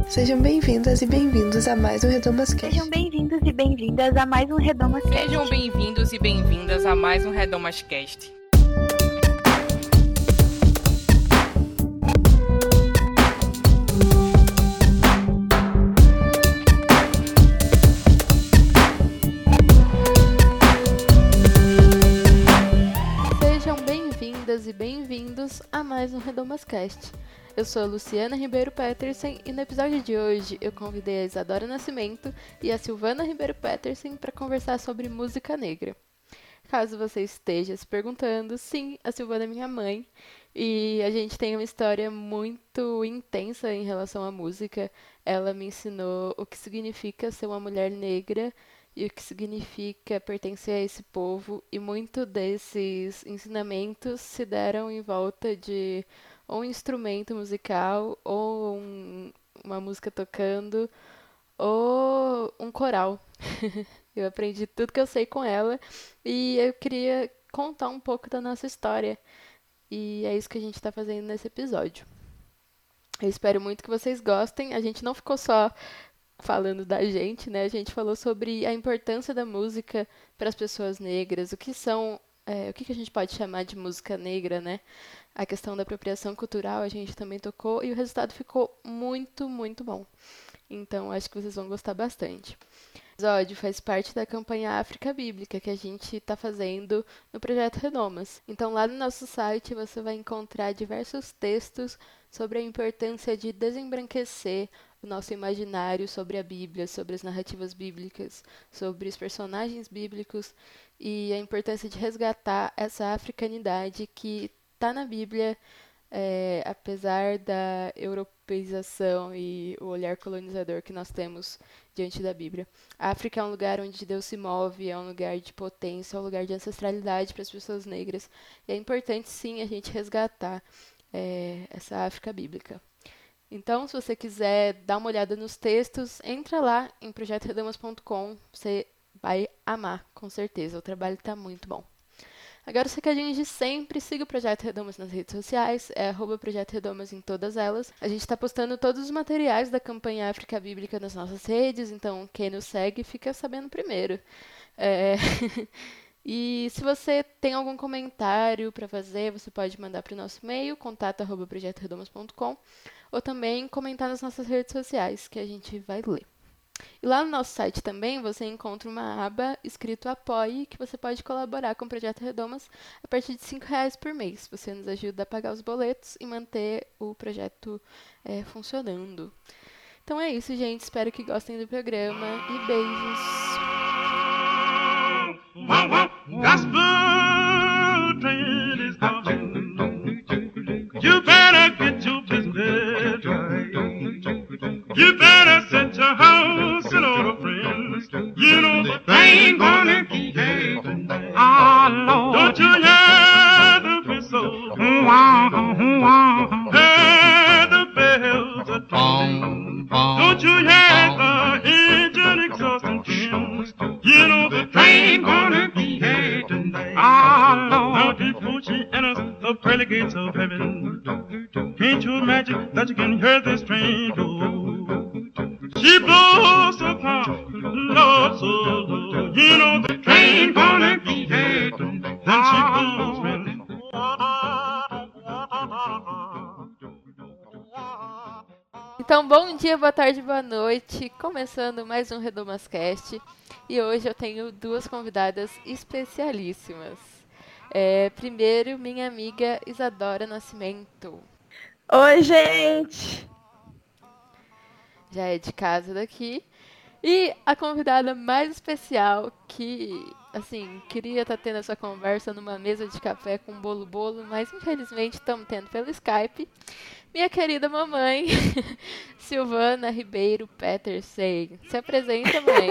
Sejam bem-vindas e bem-vindos a mais um RedomasCast. Sejam bem-vindos e bem-vindas a mais um RedomasCast. Sejam bem-vindos e bem-vindas a mais um RedomasCast. Sejam bem-vindas e bem-vindos a mais um RedomasCast. Eu sou a Luciana Ribeiro Petersen e no episódio de hoje eu convidei a Isadora Nascimento e a Silvana Ribeiro Petersen para conversar sobre música negra. Caso você esteja se perguntando, sim, a Silvana é minha mãe e a gente tem uma história muito intensa em relação à música. Ela me ensinou o que significa ser uma mulher negra e o que significa pertencer a esse povo, e muito desses ensinamentos se deram em volta de ou um instrumento musical, ou uma música tocando, ou um coral. Eu aprendi tudo que eu sei com ela e eu queria contar um pouco da nossa história. E é isso que a gente está fazendo nesse episódio. Eu espero muito que vocês gostem. A gente não ficou só falando da gente, né? A gente falou sobre a importância da música para as pessoas negras, o que a gente pode chamar de música negra, né? A questão da apropriação cultural a gente também tocou e o resultado ficou muito, muito bom. Então, acho que vocês vão gostar bastante. O episódio faz parte da campanha África Bíblica que a gente está fazendo no Projeto Redomas. Então, lá no nosso site você vai encontrar diversos textos sobre a importância de desembranquecer o nosso imaginário sobre a Bíblia, sobre as narrativas bíblicas, sobre os personagens bíblicos e a importância de resgatar essa africanidade que está na Bíblia, apesar da europeização e o olhar colonizador que nós temos diante da Bíblia. A África é um lugar onde Deus se move, é um lugar de potência, é um lugar de ancestralidade para as pessoas negras. E é importante, sim, a gente resgatar essa África bíblica. Então, se você quiser dar uma olhada nos textos, entra lá em projetoredamas.com, você vai amar, com certeza. O trabalho está muito bom. Agora, os recadinhos de sempre, siga o Projeto Redomas nas redes sociais, @Projeto Redomas em todas elas. A gente está postando todos os materiais da campanha África Bíblica nas nossas redes, então quem nos segue fica sabendo primeiro. E se você tem algum comentário para fazer, você pode mandar para o nosso e-mail, contato@projetoredomas.com, ou também comentar nas nossas redes sociais, que a gente vai ler. E lá no nosso site também você encontra uma aba escrito Apoie, que você pode colaborar com o Projeto Redomas a partir de R$5 por mês. Você nos ajuda a pagar os boletos e manter o projeto funcionando. Então é isso, gente. Espero que gostem do programa e beijos! Gospel train is coming. You better get your business right. You better set your house in order, friends. You know the train gonna be here tonight. Oh, Lord. Don't you hear the whistle? Hear the bells a tolling. Don't you hear the engine exhausting tunes? You know the train gonna be here tonight. Oh, Lord. Now before she enters the pearly gates of heaven, can't you imagine that you can hear this train go? She blows upon Lord so low. You know the train gonna be here tonight. Then she goes when Então, bom dia, boa tarde, boa noite. Começando mais um RedomasCast. E hoje eu tenho duas convidadas especialíssimas. Primeiro, minha amiga Isadora Nascimento. Oi, gente! Já é de casa daqui. E a convidada mais especial que, assim, queria estar tendo essa conversa numa mesa de café com bolo, mas infelizmente estamos tendo pelo Skype. Minha querida mamãe, Silvana Ribeiro Petersen. Se apresenta, mãe.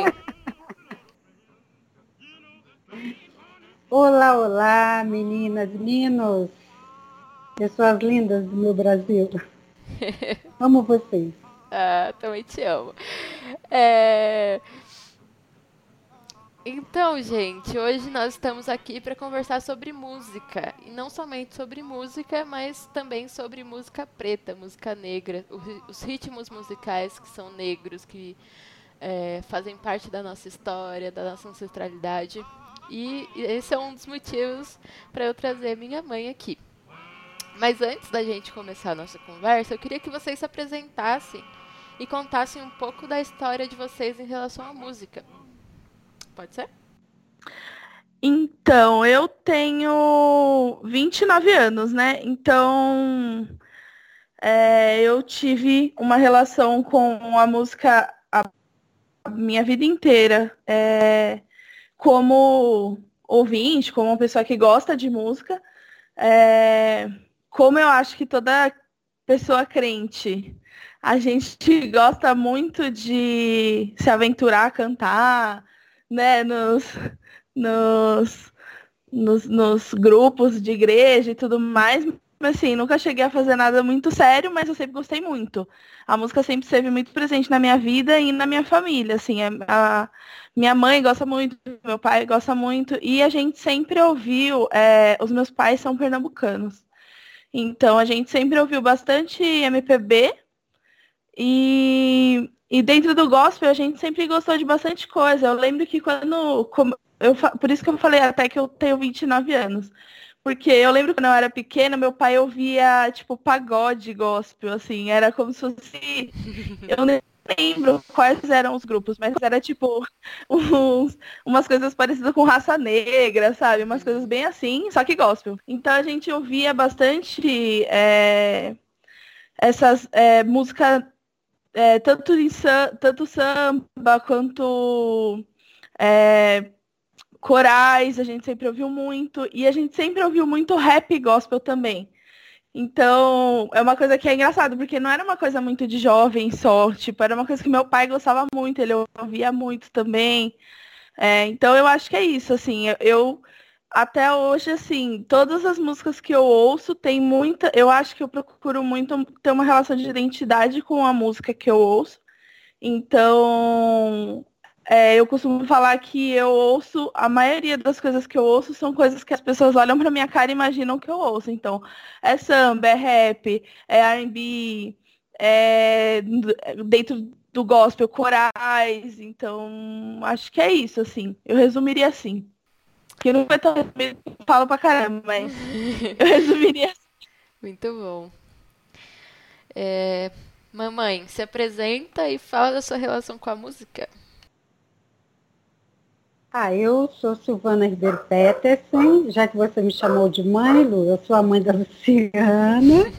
Olá, olá, meninas, meninos, pessoas lindas do meu Brasil. Amo vocês. Também te amo. Então, gente, hoje nós estamos aqui para conversar sobre música. E não somente sobre música, mas também sobre música preta, música negra. Os ritmos musicais que são negros, que fazem parte da nossa história, da nossa ancestralidade. E esse é um dos motivos para eu trazer minha mãe aqui. Mas antes da gente começar a nossa conversa, eu queria que vocês se apresentassem e contassem um pouco da história de vocês em relação à música. Pode ser? Então, eu tenho 29 anos, né? Então, eu tive uma relação com a música a minha vida inteira. Como ouvinte, como uma pessoa que gosta de música, como eu acho que toda pessoa crente, a gente gosta muito de se aventurar a cantar, né, nos grupos de igreja e tudo mais. Mas, assim, nunca cheguei a fazer nada muito sério, mas eu sempre gostei muito. A música sempre esteve muito presente na minha vida e na minha família, assim. A minha mãe gosta muito, meu pai gosta muito, e a gente sempre ouviu, os meus pais são pernambucanos. Então, a gente sempre ouviu bastante MPB, e dentro do gospel a gente sempre gostou de bastante coisa. Eu lembro que por isso que eu falei até que eu tenho 29 anos. Porque eu lembro que quando eu era pequena, meu pai ouvia, tipo, pagode gospel, assim. Era como se fosse... Eu nem lembro quais eram os grupos, mas era, tipo, umas coisas parecidas com Raça Negra, sabe? Umas coisas bem assim, só que gospel. Então a gente ouvia bastante essas músicas... tanto samba quanto corais, a gente sempre ouviu muito, e a gente sempre ouviu muito rap gospel também. Então, é uma coisa que é engraçado, porque não era uma coisa muito de jovem só, tipo, era uma coisa que meu pai gostava muito, ele ouvia muito também. Então, eu acho que é isso, assim, eu até hoje, assim, todas as músicas que eu ouço tem muita. Eu acho que eu procuro muito ter uma relação de identidade com a música que eu ouço. Então, eu costumo falar que eu ouço. A maioria das coisas que eu ouço são coisas que as pessoas olham pra minha cara e imaginam que eu ouço. Então, é samba, é rap, é R&B, dentro do gospel, corais. Então, acho que é isso, assim. Eu resumiria assim. Que não foi tão resumido, eu falo pra caramba, mas eu resumiria assim. Muito bom. Mamãe, se apresenta e fala da sua relação com a música. Eu sou Silvana Ribeiro Petersen, já que você me chamou de mãe, Lu, eu sou a mãe da Luciana.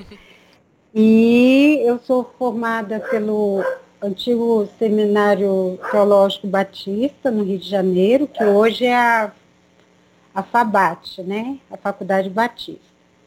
E eu sou formada pelo antigo Seminário Teológico Batista, no Rio de Janeiro, que hoje é a FABAT, né? A Faculdade Batista.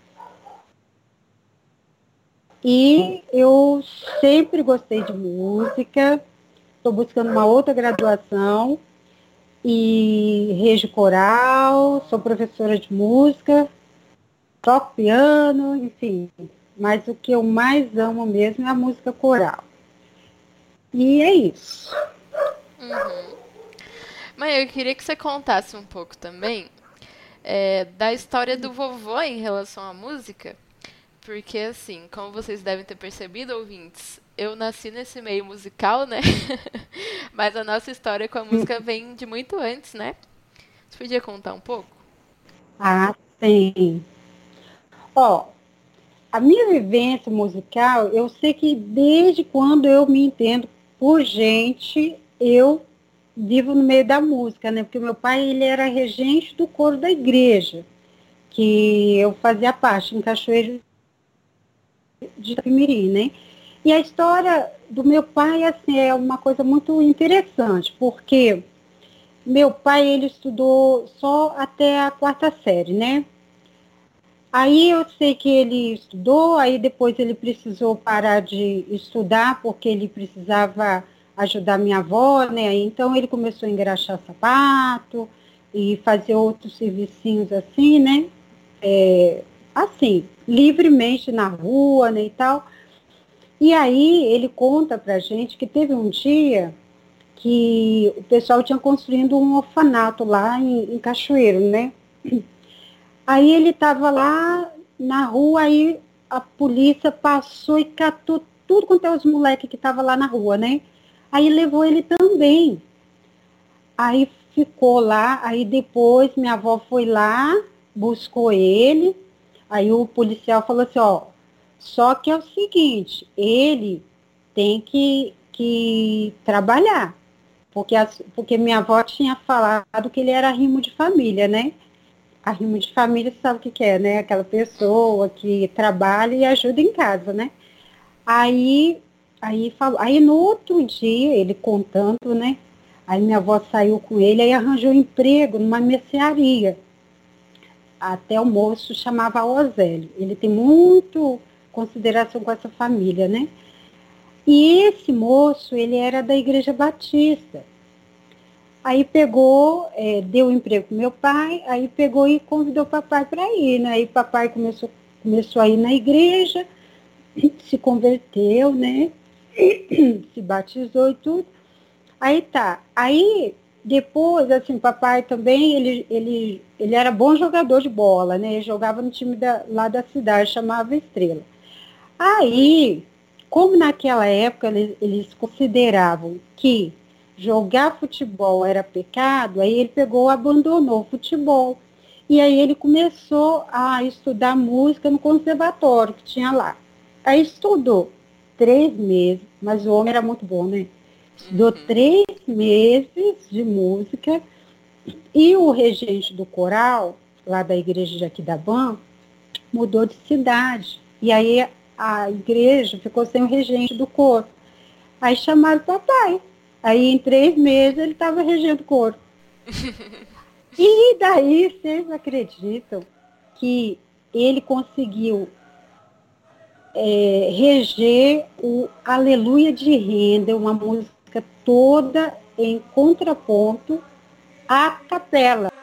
E eu sempre gostei de música, estou buscando uma outra graduação e rege coral, sou professora de música, toco piano, enfim. Mas o que eu mais amo mesmo é a música coral. E é isso. Uhum. Mãe, eu queria que você contasse um pouco também da história do vovô em relação à música, porque, assim, como vocês devem ter percebido, ouvintes, eu nasci nesse meio musical, né? Mas a nossa história com a música vem de muito antes, né? Você podia contar um pouco? Sim. A minha vivência musical, eu sei que desde quando eu me entendo por gente, eu vivo no meio da música, né? Porque meu pai, ele era regente do coro da igreja, que eu fazia parte, em Cachoeiro de Itapemirim, né? E a história do meu pai, assim, é uma coisa muito interessante, porque meu pai, ele estudou só até a 4ª série, né? Aí eu sei que ele estudou, aí depois ele precisou parar de estudar, porque ele precisava ajudar minha avó, né? Então ele começou a engraxar sapato e fazer outros servicinhos assim, né? Assim, livremente na rua, né, e tal. E aí ele conta pra gente que teve um dia que o pessoal tinha construído um orfanato lá em Cachoeiro, né? Aí ele estava lá na rua, aí a polícia passou e catou tudo quanto é os moleques que estavam lá na rua, né? Aí levou ele também. Aí ficou lá, aí depois minha avó foi lá, buscou ele, aí o policial falou assim, ó, só que é o seguinte, ele tem que trabalhar, porque minha avó tinha falado que ele era arrimo de família, né? Arrimo de família, você sabe o que é, né? Aquela pessoa que trabalha e ajuda em casa, né? Aí no outro dia, ele contando, né? Aí minha avó saiu com ele e arranjou emprego numa mercearia. Até o moço chamava Osélio. Ele tem muito consideração com essa família, né? E esse moço, ele era da Igreja Batista. Aí pegou, deu emprego pro meu pai, aí pegou e convidou o papai para ir, né? Aí o papai começou a ir na igreja, se converteu, né? Se batizou e tudo. Aí tá. Aí, depois, assim, papai também, ele era bom jogador de bola, né? Ele jogava no time lá da cidade, chamava Estrela. Aí, como naquela época eles consideravam que jogar futebol era pecado, aí ele abandonou o futebol. E aí ele começou a estudar música no conservatório que tinha lá. Aí estudou 3 meses, mas o homem era muito bom, né? Estudou 3 meses de música e o regente do coral, lá da igreja de Aquidabã, mudou de cidade. E aí a igreja ficou sem o regente do coro. Aí chamaram o papai. Aí em 3 meses ele estava regendo o coro. E daí vocês acreditam que ele conseguiu reger o Aleluia de Handel, uma música toda em contraponto à capela.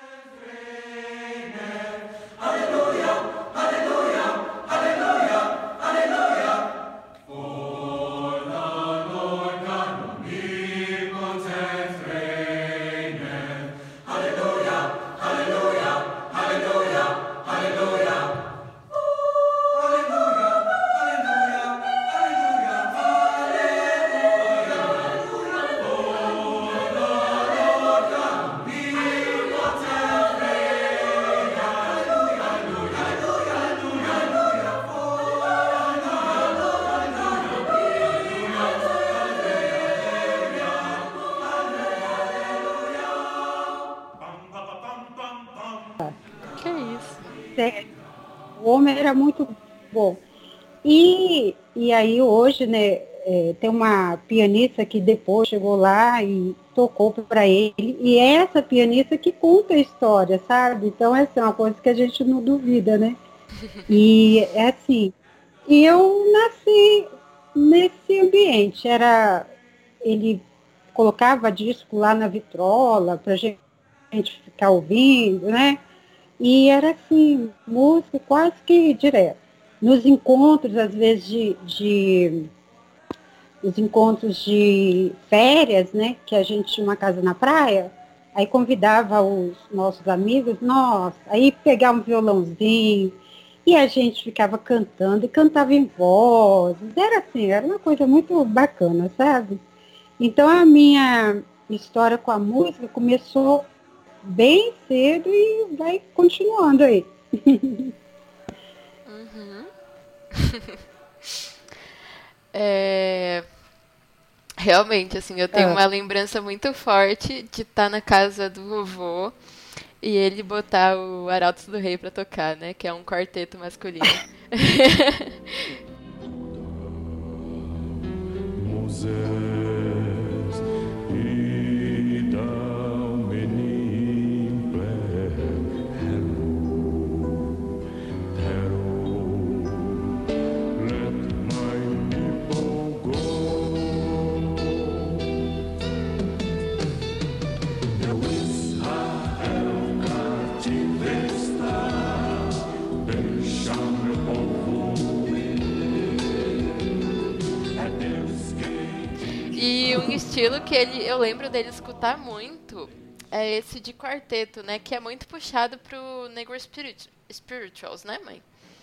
Que isso? O homem era muito bom. E aí hoje, né, tem uma pianista que depois chegou lá e tocou para ele. E é essa pianista que conta a história, sabe? Então essa é uma coisa que a gente não duvida, né? E é assim. E eu nasci nesse ambiente. Ele colocava disco lá na vitrola para gente ficar ouvindo, né? E era assim, música quase que direto. Nos encontros, às vezes, os encontros de férias, né? Que a gente tinha uma casa na praia, aí convidava os nossos amigos, aí pegava um violãozinho, e a gente ficava cantando, e cantava em vozes. Era assim, era uma coisa muito bacana, sabe? Então a minha história com a música começou bem cedo e vai continuando aí. Uhum. Realmente, assim, eu tenho uma lembrança muito forte de estar na casa do vovô e ele botar o Arautos do Rei pra tocar, né? Que é um quarteto masculino. E um estilo que eu lembro dele escutar muito é esse de quarteto, né? Que é muito puxado pro Negro Spirituals, né, mãe?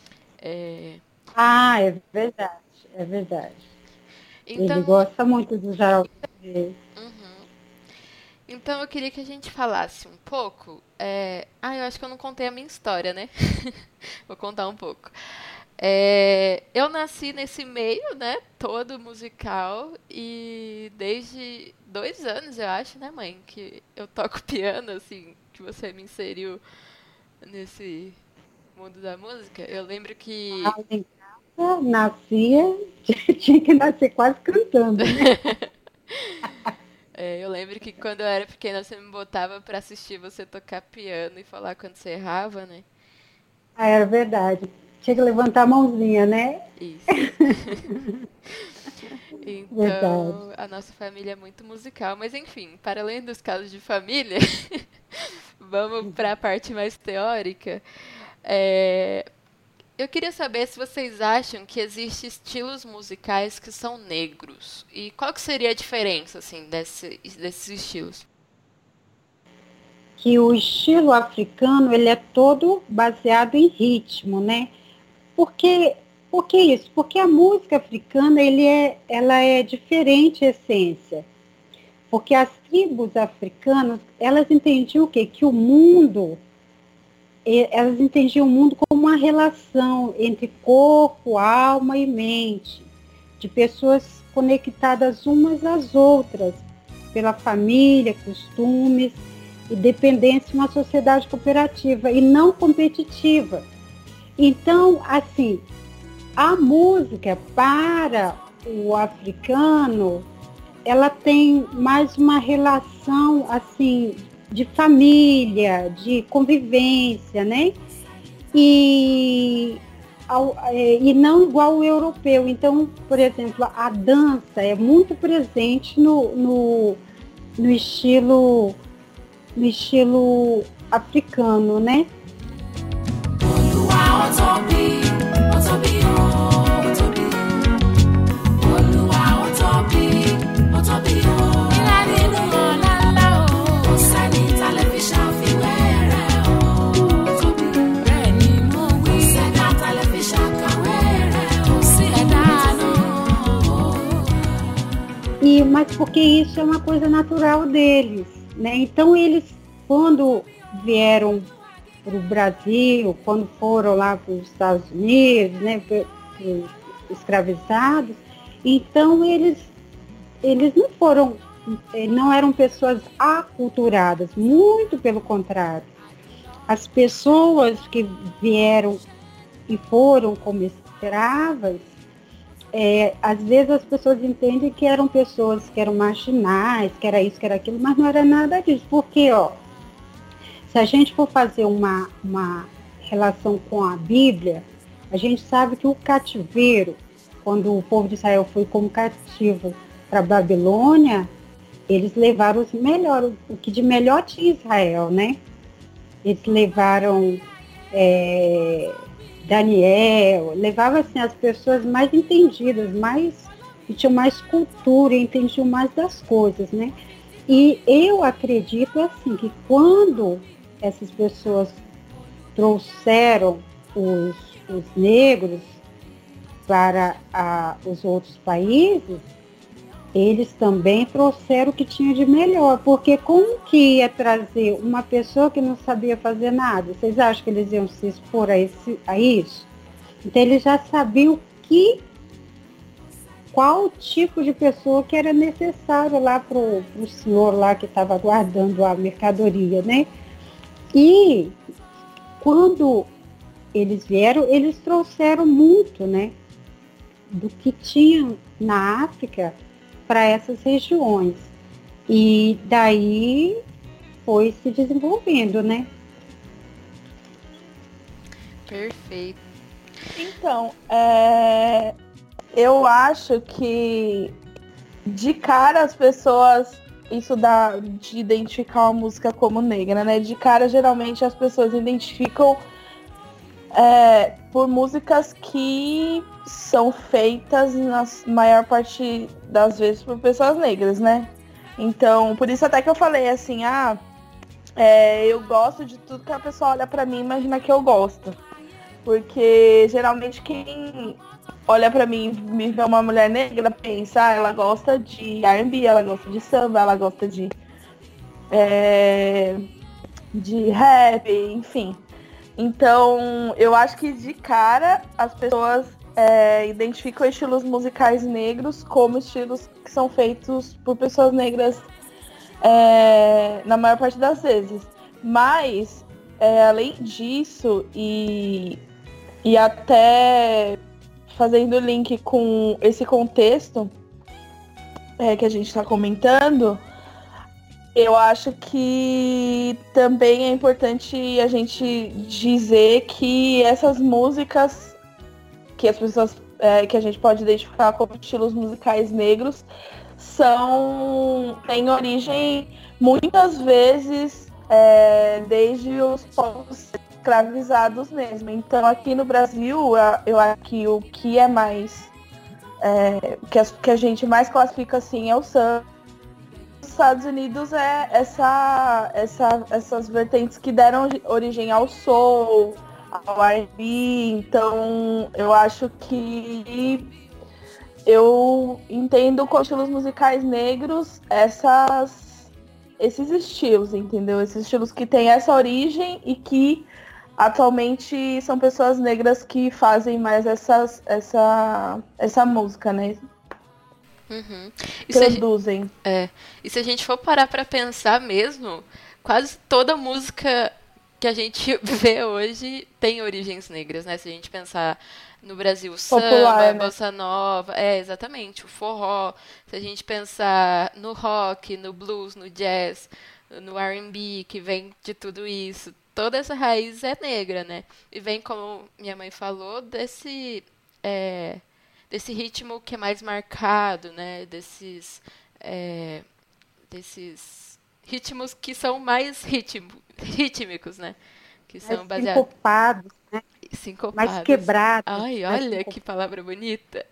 Ah, é verdade, é verdade. Então, Ele gosta muito do Geraldo Freire. então eu queria que a gente falasse um pouco. Eu acho que eu não contei a minha história, né? Vou contar um pouco. Eu nasci nesse meio, né, todo musical, e desde 2 anos, eu acho, né, mãe, que eu toco piano, assim, que você me inseriu nesse mundo da música. Eu lembro que... Em casa, nascia, tinha que nascer quase cantando, né? eu lembro que quando eu era pequena, você me botava pra assistir você tocar piano e falar quando você errava, né? Ah, era verdade. Tinha que levantar a mãozinha, né? Isso. Então, Verdade. a nossa família é muito musical. Mas, enfim, para além dos casos de família, vamos para a parte mais teórica. Eu queria saber se vocês acham que existem estilos musicais que são negros. E qual que seria a diferença, assim, desses estilos? Que o estilo africano, ele é todo baseado em ritmo, né? Por que isso? Porque a música africana, ela é diferente em essência. Porque as tribos africanas, elas entendiam o quê? Que o mundo, elas entendiam o mundo como uma relação entre corpo, alma e mente, de pessoas conectadas umas às outras, pela família, costumes e dependência de uma sociedade cooperativa e não competitiva. Então, assim, a música para o africano, ela tem mais uma relação, assim, de família, de convivência, né? E não igual o europeu. Então, por exemplo, a dança é muito presente no estilo africano, né? Mas porque isso é uma coisa natural deles, né? Então eles, quando vieram para o Brasil, quando foram lá para os Estados Unidos, né, escravizados, então eles não eram pessoas aculturadas, muito pelo contrário. As pessoas que vieram e foram como escravas, às vezes as pessoas entendem que eram pessoas que eram marginais, que era isso, que era aquilo, mas não era nada disso. Porque, se a gente for fazer uma relação com a Bíblia, a gente sabe que o cativeiro, quando o povo de Israel foi como cativo para a Babilônia, eles levaram o que de melhor tinha Israel, né? Eles levaram Daniel, levava assim, as pessoas mais entendidas, que tinham mais cultura, entendiam mais das coisas, né? E eu acredito assim, que quando essas pessoas trouxeram os negros para os outros países, eles também trouxeram o que tinha de melhor, porque como que ia trazer uma pessoa que não sabia fazer nada? Vocês acham que eles iam se expor a isso? Então eles já sabiam qual tipo de pessoa que era necessário lá para o senhor lá que estava guardando a mercadoria, né? E quando eles vieram, eles trouxeram muito, né, do que tinha na África para essas regiões. E daí foi se desenvolvendo, né? Perfeito. Então, eu acho que de cara as pessoas, isso de identificar uma música como negra, né? De cara, geralmente as pessoas identificam por músicas que são feitas na maior parte das vezes por pessoas negras, né? Então, por isso até que eu falei assim, eu gosto de tudo que a pessoa olha pra mim e imagina que eu gosto. Porque geralmente quem olha pra mim e me vê uma mulher negra pensa, ela gosta de R&B, ela gosta de samba, ela gosta de rap, enfim. Então, eu acho que de cara as pessoas identificam estilos musicais negros como estilos que são feitos por pessoas negras na maior parte das vezes. Mas, além disso, e até fazendo link com esse contexto que a gente está comentando, eu acho que também é importante a gente dizer que essas músicas que as pessoas que a gente pode identificar como estilos musicais negros têm origem muitas vezes desde os povos escravizados mesmo. Então aqui no Brasil, eu acho que o que é mais que a gente mais classifica assim é o samba. Nos Estados Unidos essas vertentes que deram origem ao soul, ao R&B. Então eu acho que eu entendo com estilos musicais negros esses estilos, entendeu? Esses estilos que têm essa origem e que atualmente são pessoas negras que fazem mais essa música, né? Uhum. Produzem. E se a gente for parar pra pensar mesmo, quase toda música que a gente vê hoje tem origens negras, né? Se a gente pensar no Brasil, samba, Popular, né? bossa nova, exatamente, o forró. Se a gente pensar no rock, no blues, no jazz, no R&B, que vem de tudo isso, toda essa raiz é negra, né? E vem, como minha mãe falou, desse ritmo que é mais marcado, né? Desses ritmos que são mais rítmicos, né? Que são baseados... Sincopados, né? Sincopados. Mais quebrados. Ai, olha que palavra bonita.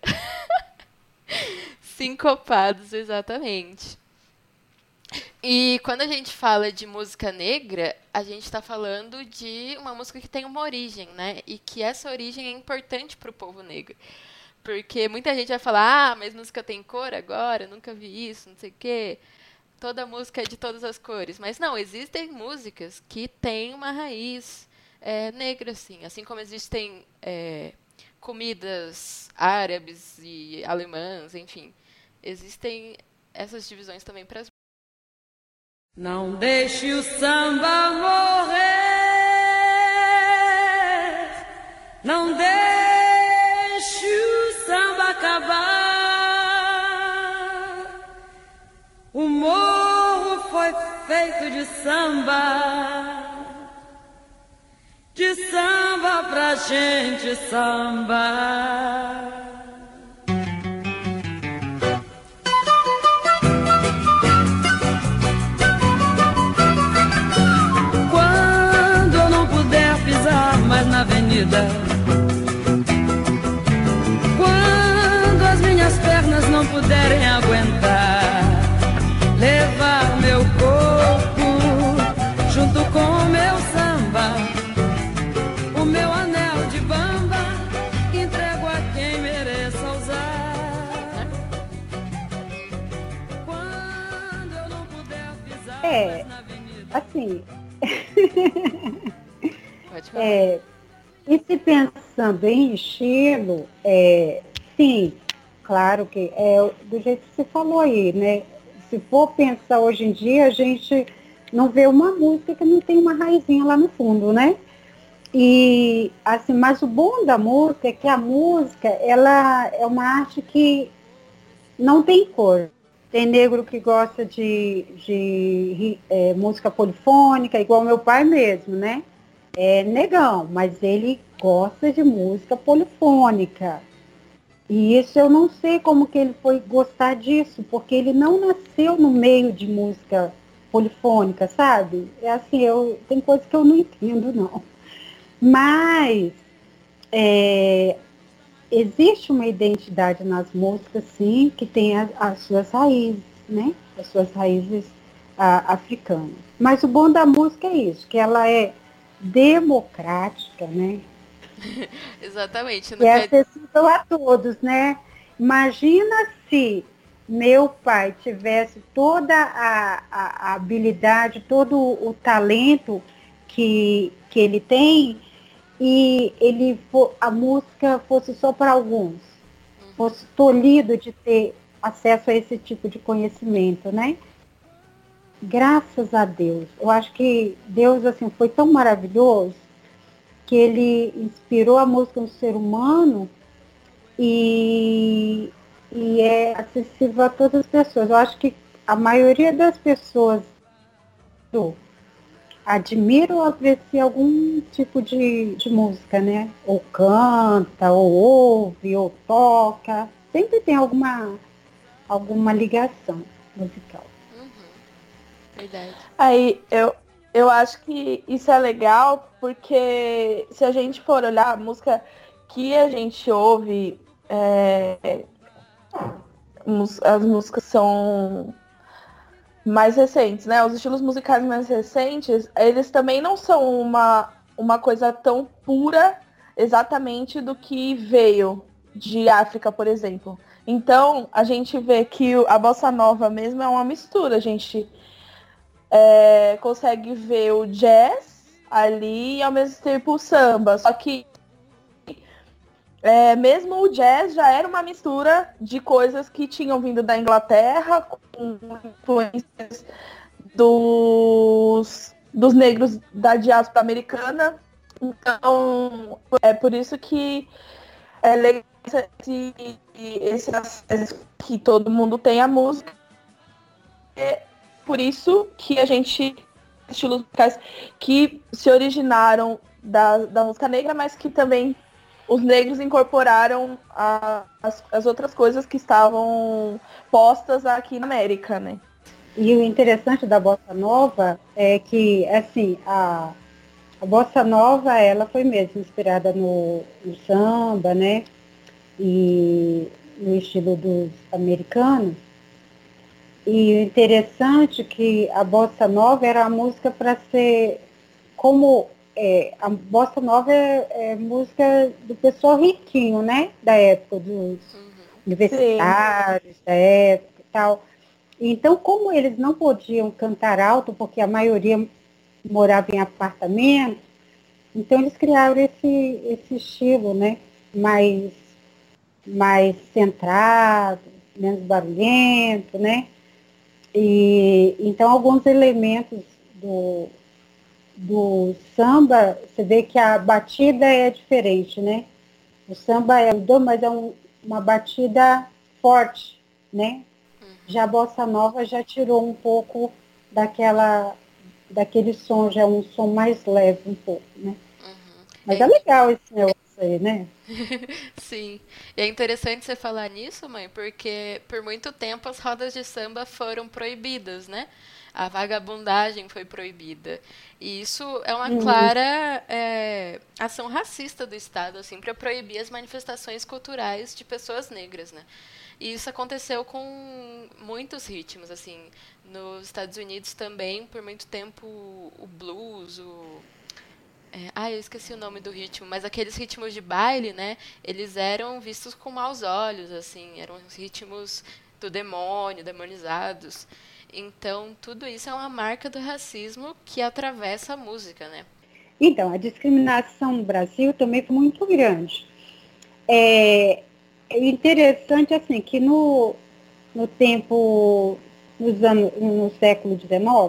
Sincopados, exatamente. E quando a gente fala de música negra, a gente está falando de uma música que tem uma origem, né? E que essa origem é importante para o povo negro. Porque muita gente vai falar, mas música tem cor agora, nunca vi isso, não sei o quê. Toda música é de todas as cores. Mas não, existem músicas que têm uma raiz negra, sim. Assim como existem comidas árabes e alemãs, enfim. Existem essas divisões também para as... Não deixe o samba morrer, não deixe o samba acabar. O morro foi feito de samba pra gente sambar. Mais na avenida, quando as minhas pernas não puderem aguentar, levar meu corpo junto com o meu samba, o meu anel de bamba, entrego a quem mereça usar. Quando eu não puder pisar mais na avenida, assim. E se pensando em estilo, sim, claro que do jeito que você falou aí, né? Se for pensar hoje em dia, a gente não vê uma música que não tem uma raizinha lá no fundo, né? E assim, mas o bom da música é que a música, ela é uma arte que não tem cor. Tem negro que gosta de música polifônica, igual meu pai mesmo, né? É negão, mas ele gosta de música polifônica. E isso eu não sei como que ele foi gostar disso, porque ele não nasceu no meio de música polifônica, sabe? Tem coisas que eu não entendo, não. Mas existe uma identidade nas músicas, sim, que tem as suas raízes, né? As suas raízes africanas. Mas o bom da música é isso, que ela é democrática, né? Exatamente. E é acessível a todos, né? Imagina se meu pai tivesse toda a habilidade, todo o talento que ele tem, e a música fosse só para alguns, fosse tolhido de ter acesso a esse tipo de conhecimento, né? Graças a Deus. Eu acho que Deus assim foi tão maravilhoso que ele inspirou a música no ser humano e é acessível a todas as pessoas. Eu acho que a maioria das pessoas admira ou aprecia algum tipo de música, né? Ou canta, ou ouve, ou toca. Sempre tem alguma ligação musical. Verdade. Aí eu acho que isso é legal porque se a gente for olhar a música que a gente ouve, as músicas são mais recentes, né? Os estilos musicais mais recentes, eles também não são uma coisa tão pura exatamente do que veio de África, por exemplo. Então, a gente vê que a bossa nova mesmo é uma mistura. A gente consegue ver o jazz ali e ao mesmo tempo o samba. Só que mesmo o jazz já era uma mistura de coisas que tinham vindo da Inglaterra, com influências dos negros da diáspora americana. Então, é por isso que é legal esse acesso que todo mundo tem à música. É por isso que a gente estilos musicais que se originaram da música negra, mas que também os negros incorporaram as outras coisas que estavam postas aqui na América, né? E o interessante da bossa nova é que, assim, a bossa nova, ela foi mesmo inspirada no samba, né? E no estilo dos americanos. E o interessante é que a bossa nova era a música para ser como a bossa nova é música do pessoal riquinho, né? Da época dos universitários, da época e tal. Então, como eles não podiam cantar alto, porque a maioria morava em apartamento, então eles criaram esse estilo, né? Mais centrado, menos barulhento, né? E então alguns elementos do samba, você vê que a batida é diferente, né? O samba mas é uma batida forte, né? Já a bossa nova já tirou um pouco daquele som, já é um som mais leve um pouco, né? Mas é legal esse negócio aí, né? Sim. E é interessante você falar nisso, mãe, porque por muito tempo as rodas de samba foram proibidas, né? A vagabundagem foi proibida. E isso é uma clara ação racista do Estado, assim, para proibir as manifestações culturais de pessoas negras, né? E isso aconteceu com muitos ritmos, assim. Nos Estados Unidos também, por muito tempo, o blues, eu esqueci o nome do ritmo, mas aqueles ritmos de baile, né? Eles eram vistos com maus olhos, assim, eram ritmos do demônio, demonizados. Então, tudo isso é uma marca do racismo que atravessa a música, né? Então, a discriminação no Brasil também foi muito grande. É interessante, assim, que no tempo, no século XIX,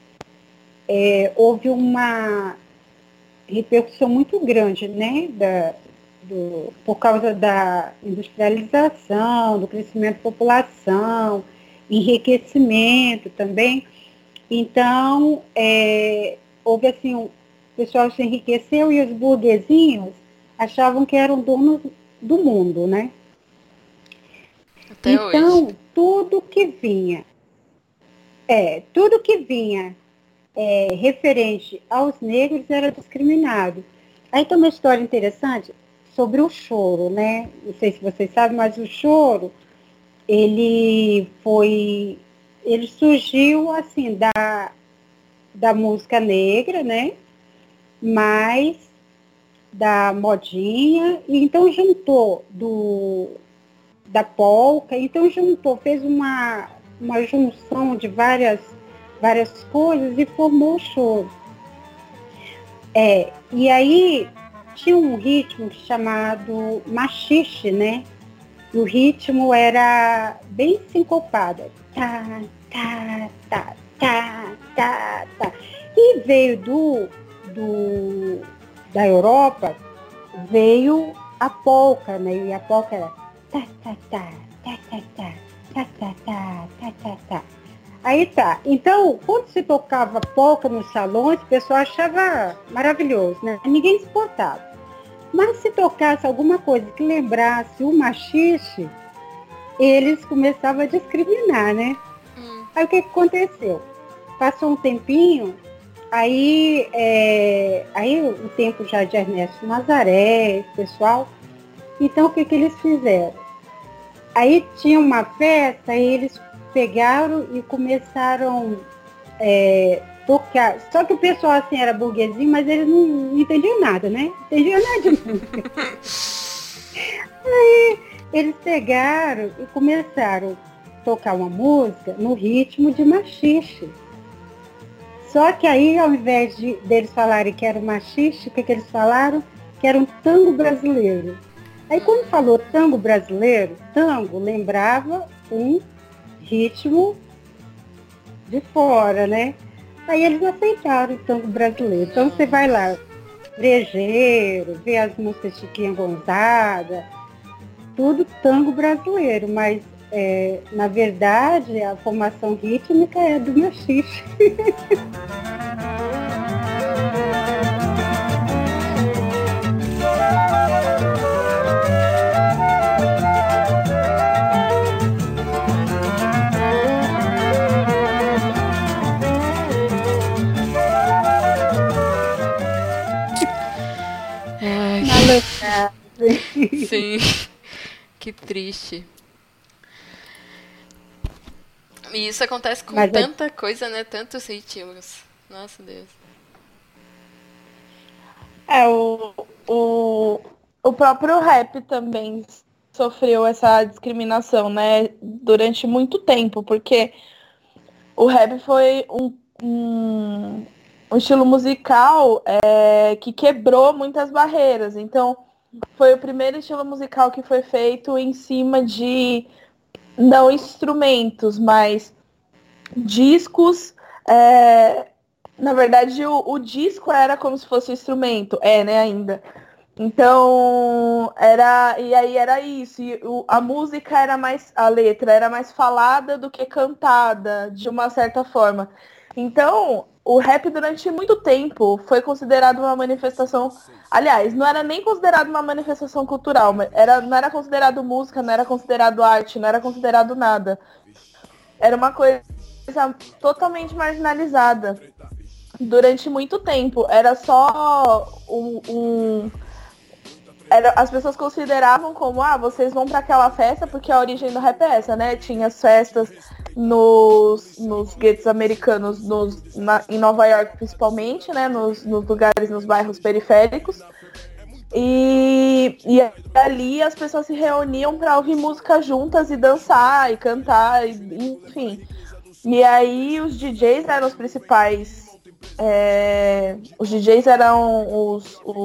houve uma repercussão muito grande, né, por causa da industrialização, do crescimento da população, enriquecimento também. Então, houve assim, o pessoal se enriqueceu e os burguesinhos achavam que eram donos do mundo, né? Até então, hoje. tudo que vinha referente aos negros era discriminado. Aí tem uma história interessante. sobre o choro, né? Não sei se vocês sabem, mas o choro, ele surgiu, assim, da música negra, né? Mas da modinha, e então juntou da polca, então fez uma junção de várias coisas e formou o choro. E aí tinha um ritmo chamado machixe, né? E o ritmo era bem sincopado. Tá, tá, tá, tá, tá, tá. E veio da Europa, veio a polca, né? E a polca era tá, tá, tá, tá, tá, tá, tá, tá, tá, tá, tá, tá. Aí tá. Então, quando se tocava polca nos salões, o pessoal achava maravilhoso, né? Ninguém se importava. Mas se tocasse alguma coisa que lembrasse o machixe, eles começavam a discriminar, né? Aí o que aconteceu? Passou um tempinho, aí o tempo já de Ernesto Nazaré, pessoal. Então, o que eles fizeram? Aí tinha uma festa, e eles pegaram e começaram tocar. Só que o pessoal assim era burguesinho, mas eles não entendiam nada, né? Entendiam nada de música. Aí eles pegaram e começaram a tocar uma música no ritmo de machixe. Só que aí, ao invés deles falarem que era machixe, o que eles falaram? Que era um tango brasileiro. Aí quando falou tango brasileiro, tango lembrava um ritmo de fora, né? Aí eles aceitaram o tango brasileiro. Então você vai lá, Brejeiro, vê as músicas de Chiquinha Gonzaga, tudo tango brasileiro, mas na verdade a formação rítmica é do machixe. Sim, que triste. E isso acontece com tanta coisa, né? Tantos ritmos. Nossa Deus. O próprio rap também sofreu essa discriminação, né? Durante muito tempo, porque o rap foi um estilo musical que quebrou muitas barreiras. Então, foi o primeiro estilo musical que foi feito em cima de não instrumentos, mas discos. Na verdade, o disco era como se fosse um instrumento, né, ainda. Então, era isso. E a música a letra era mais falada do que cantada, de uma certa forma. Então, o rap durante muito tempo foi considerado uma manifestação. Aliás, não era nem considerado uma manifestação cultural, mas não era considerado música, não era considerado arte, não era considerado nada. Era uma coisa totalmente marginalizada. Durante muito tempo. Era só as pessoas consideravam como, vocês vão para aquela festa porque a origem do rap é essa, né? Tinha as festas nos guetos americanos, em Nova York principalmente, né? Nos lugares, nos bairros periféricos. E ali as pessoas se reuniam para ouvir música juntas e dançar e cantar, enfim. E aí os DJs eram os principais. Os DJs eram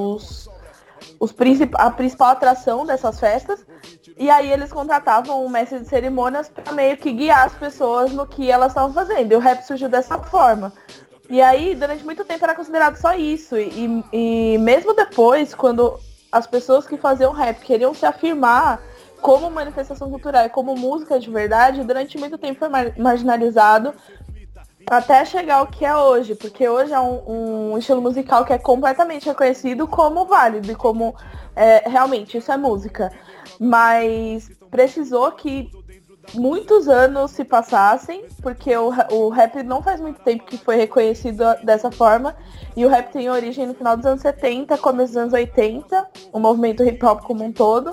a principal atração dessas festas. E aí eles contratavam um mestre de cerimônias para meio que guiar as pessoas no que elas estavam fazendo. E o rap surgiu dessa forma. E aí, durante muito tempo, era considerado só isso. E mesmo depois, quando as pessoas que faziam rap queriam se afirmar como manifestação cultural e como música de verdade, durante muito tempo foi marginalizado até chegar ao que é hoje. Porque hoje é um estilo musical que é completamente reconhecido como válido e como realmente isso é música. Mas precisou que muitos anos se passassem, porque o rap não faz muito tempo que foi reconhecido dessa forma, e o rap tem origem no final dos anos 70, começo dos anos 80, o movimento hip hop como um todo.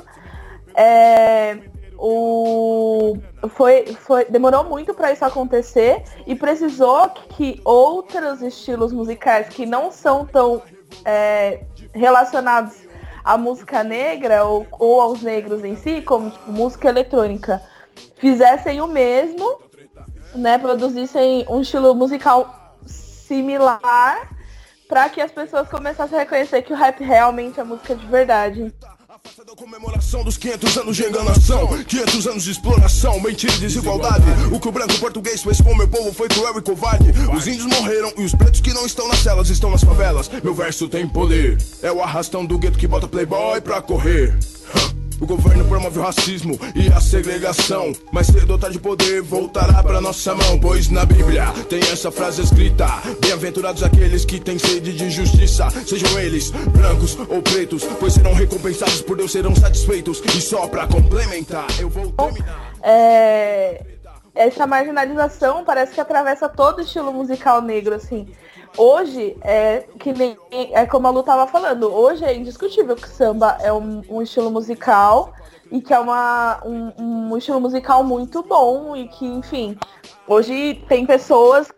Demorou muito para isso acontecer e precisou que outros estilos musicais que não são tão relacionados à música negra ou aos negros em si, como tipo, música eletrônica, fizessem o mesmo, né, produzissem um estilo musical similar para que as pessoas começassem a reconhecer que o rap realmente é música de verdade. Da comemoração dos 500 anos de enganação, 500 anos de exploração, mentira e desigualdade. O que o branco português fez com meu povo foi cruel e covarde. Os índios morreram e os pretos que não estão nas celas estão nas favelas. Meu verso tem poder, é o arrastão do gueto que bota playboy pra correr. O governo promove o racismo e a segregação, mas cedo ou tarde o poder voltará pra nossa mão. Pois na Bíblia tem essa frase escrita: bem-aventurados aqueles que têm sede de justiça, sejam eles brancos ou pretos, pois serão recompensados por Deus, serão satisfeitos. E só pra complementar, eu vou terminar. Essa marginalização parece que atravessa todo o estilo musical negro, assim. Hoje, como a Lu estava falando, hoje é indiscutível que samba é um estilo musical e que é um estilo musical muito bom e que, enfim, hoje tem pessoas,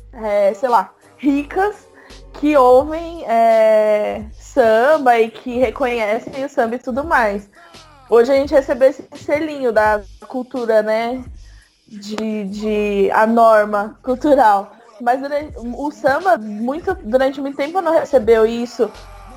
ricas que ouvem samba e que reconhecem o samba e tudo mais. Hoje a gente recebeu esse selinho da cultura, né, a norma cultural. Mas o samba, durante muito tempo não recebeu isso.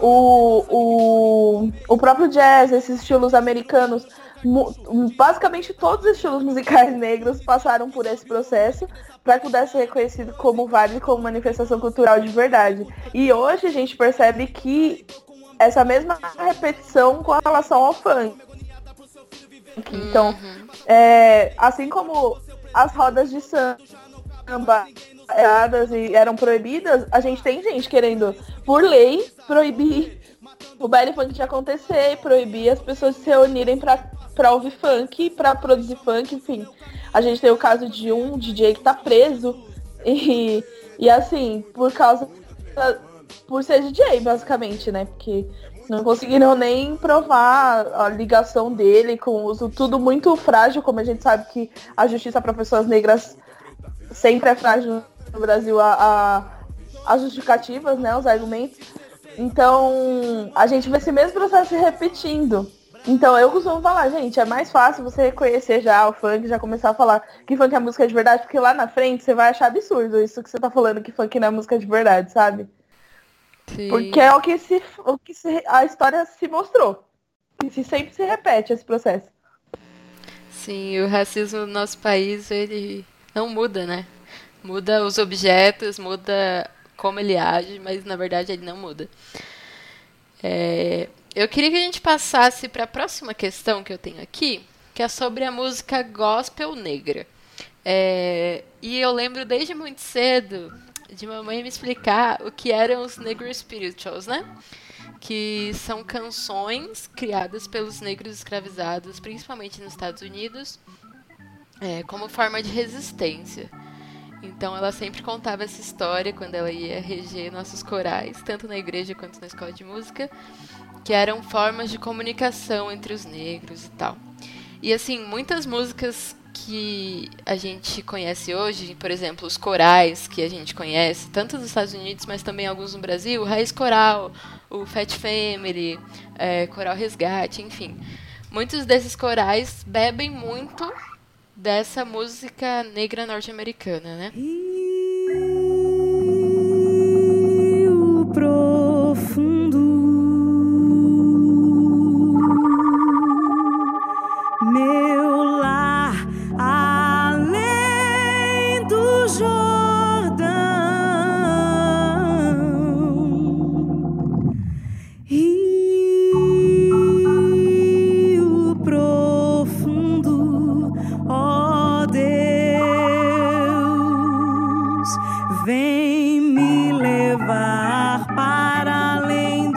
O próprio jazz, esses estilos americanos, basicamente todos os estilos musicais negros passaram por esse processo para que pudesse ser reconhecido como válido, como manifestação cultural de verdade. E hoje a gente percebe que essa mesma repetição com relação ao funk. Então, assim como as rodas de samba e eram proibidas, a gente tem gente querendo, por lei, proibir o baile funk de acontecer, proibir as pessoas de se reunirem pra ouvir funk, pra produzir funk, enfim. A gente tem o caso de um DJ que tá preso e assim, por ser DJ, basicamente, né? Porque não conseguiram nem provar a ligação dele com uso, tudo muito frágil, como a gente sabe que a justiça para pessoas negras sempre é frágil no Brasil, as justificativas, né, os argumentos. Então, a gente vê esse mesmo processo se repetindo. Então, eu costumo falar, gente, é mais fácil você reconhecer já o funk, já começar a falar que funk é música de verdade, porque lá na frente você vai achar absurdo isso que você tá falando, que funk não é música de verdade, sabe? Sim. Porque é o que a história se mostrou. E sempre se repete esse processo. Sim, o racismo no nosso país, ele não muda, né? Muda os objetos, muda como ele age, mas na verdade ele não muda. Eu queria que a gente passasse para a próxima questão que eu tenho aqui, que é sobre a música gospel negra. E eu lembro desde muito cedo de mamãe me explicar o que eram os negro spirituals, né? Que são canções criadas pelos negros escravizados, principalmente nos Estados Unidos, como forma de resistência. Então ela sempre contava essa história quando ela ia reger nossos corais, tanto na igreja quanto na escola de música, que eram formas de comunicação entre os negros e tal. E assim, muitas músicas que a gente conhece hoje, por exemplo, os corais que a gente conhece, tanto nos Estados Unidos, mas também alguns no Brasil, o Raiz Coral, o Fat Family, Coral Resgate, enfim. Muitos desses corais bebem muito dessa música negra norte-americana, né? Rio profundo, meu lar além do Jordão. Rio profundo, ó Deus, vem me levar para além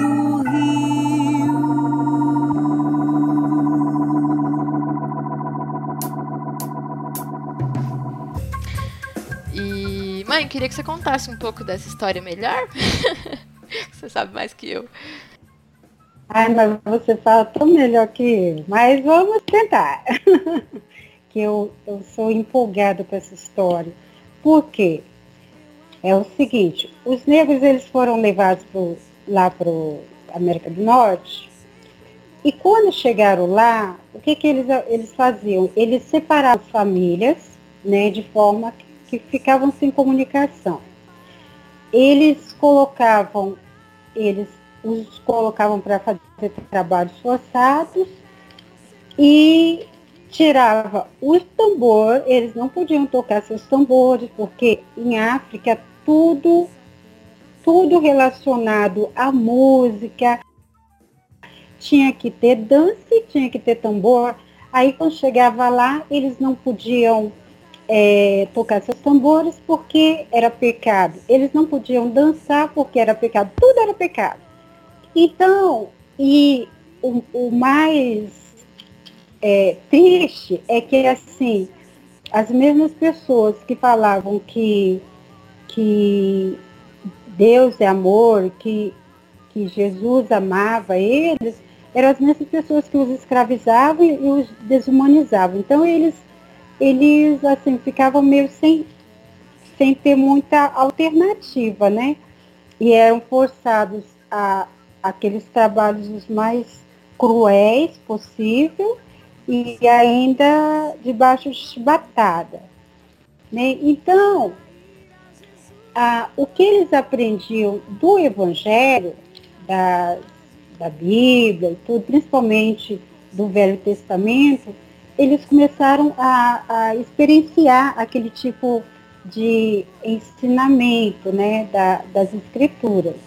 mãe, queria que você contasse um pouco dessa história melhor. Você sabe mais que eu. Ai, mas você fala tão melhor que eu. Mas vamos tentar. Que eu sou empolgada com essa história. Por quê? É o seguinte, os negros eles foram levados lá para a América do Norte, e quando chegaram lá, o que eles faziam? Eles separavam famílias, né, de forma que ficavam sem comunicação. Eles os colocavam para fazer trabalhos forçados e tirava os tambores, eles não podiam tocar seus tambores, porque em África tudo relacionado à música, tinha que ter dança e tinha que ter tambor. Aí quando chegava lá, eles não podiam tocar seus tambores porque era pecado. Eles não podiam dançar porque era pecado. Tudo era pecado. Então, e o mais triste é que, assim, as mesmas pessoas que falavam que Deus é amor, que Jesus amava eles, eram as mesmas pessoas que os escravizavam e os desumanizavam. Então, eles assim, ficavam meio sem ter muita alternativa, né? E eram forçados a aqueles trabalhos os mais cruéis possível e ainda debaixo de chibatada, né? Então, o que eles aprendiam do Evangelho, da Bíblia e tudo, principalmente do Velho Testamento, eles começaram a experienciar aquele tipo de ensinamento, né, das Escrituras.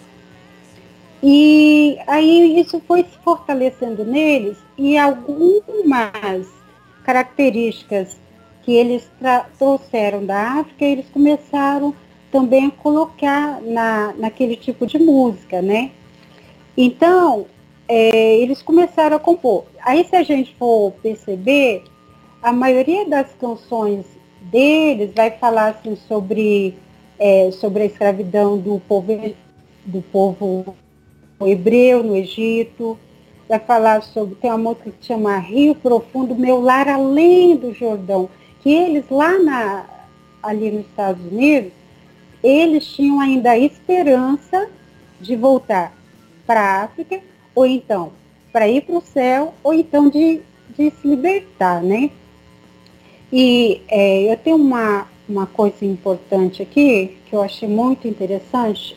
E aí isso foi se fortalecendo neles e algumas características que eles trouxeram da África, eles começaram também a colocar naquele tipo de música, né? Então, eles começaram a compor. Aí, se a gente for perceber, a maioria das canções deles vai falar assim, sobre a escravidão do povo hebreu no Egito, vai falar sobre, tem uma música que chama Rio Profundo, Meu Lar Além do Jordão, que eles lá ali nos Estados Unidos, eles tinham ainda a esperança de voltar para a África, ou então para ir para o céu, ou então de se libertar, né? E eu tenho uma coisa importante aqui, que eu achei muito interessante,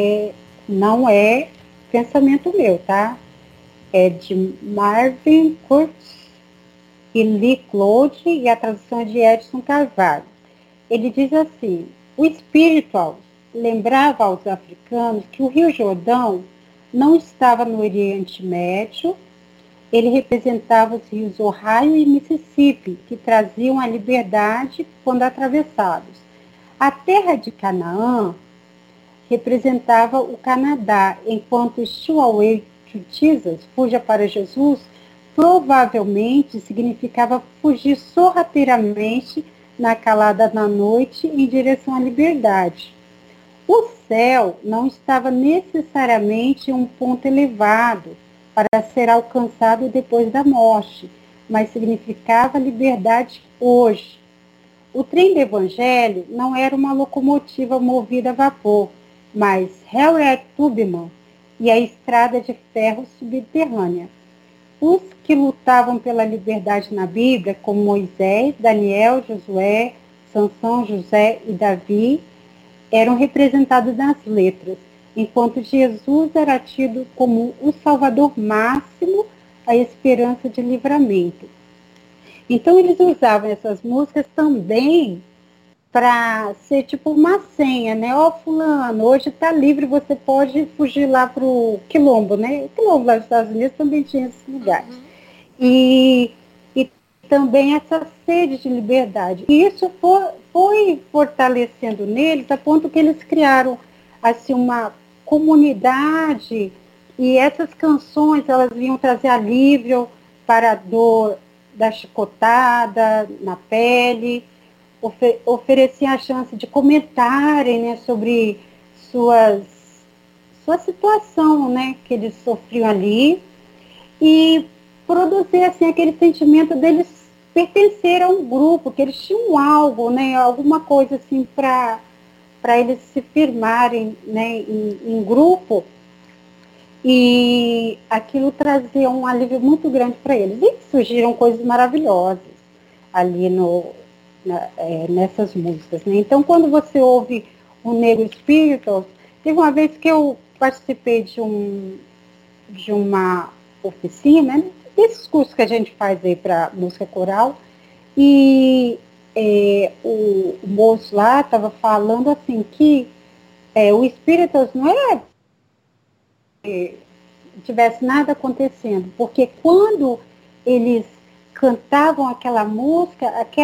não é pensamento meu, tá? É de Marvin Kurtz e Lee Claude, e a tradução é de Edson Carvalho. Ele diz assim: o espiritual lembrava aos africanos que o Rio Jordão não estava no Oriente Médio, ele representava os rios Ohio e Mississippi, que traziam a liberdade quando atravessados. A terra de Canaã representava o Canadá, enquanto Chihuahua Jesus, fuja para Jesus, provavelmente significava fugir sorrateiramente na calada da noite em direção à liberdade. O céu não estava necessariamente em um ponto elevado para ser alcançado depois da morte, mas significava liberdade hoje. O trem do Evangelho não era uma locomotiva movida a vapor, mas Harriet Tubman e a estrada de ferro subterrânea. Os que lutavam pela liberdade na Bíblia, como Moisés, Daniel, Josué, Sansão, José e Davi, eram representados nas letras, enquanto Jesus era tido como o Salvador máximo, a esperança de livramento. Então eles usavam essas músicas também para ser tipo uma senha, né? Ó, fulano, hoje está livre, você pode fugir lá para o Quilombo, né? O Quilombo lá nos Estados Unidos também tinha esses lugares. E também essa sede de liberdade. E isso foi fortalecendo neles, a ponto que eles criaram assim, uma comunidade, e essas canções elas vinham trazer alívio para a dor da chicotada na pele, ofereciam a chance de comentarem, né, sobre sua situação, né, que eles sofriam ali, e produzir assim, aquele sentimento deles pertencer a um grupo, que eles tinham algo, né, alguma coisa assim para eles se firmarem, né, em grupo, e aquilo trazia um alívio muito grande para eles. E surgiram coisas maravilhosas ali nessas músicas, né? Então, quando você ouve o Negro Spirituals, teve uma vez que eu participei de uma oficina, né, desses cursos que a gente faz aí para música coral, e o moço lá estava falando assim que o Spirituals não é tivesse nada acontecendo, porque quando eles cantavam aquela música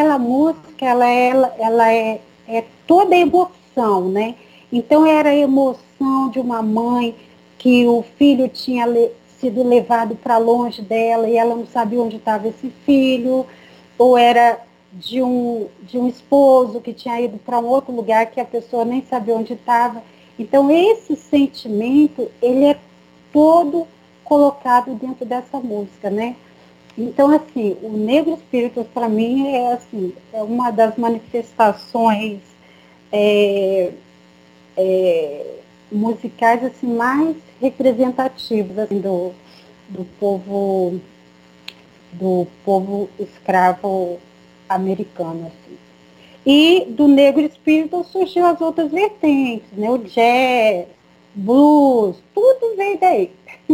é toda emoção, né? Então era a emoção de uma mãe que o filho tinha sido levado para longe dela e ela não sabia onde estava esse filho, ou era de um esposo que tinha ido para um outro lugar que a pessoa nem sabia onde estava. Então esse sentimento, ele é todo colocado dentro dessa música, né? Então, assim, o Negro Espírito, para mim, é uma das manifestações musicais assim, mais representativas assim, do povo escravo americano. Assim. E do Negro Espírito surgiu as outras vertentes, né? O jazz, blues, tudo veio daí.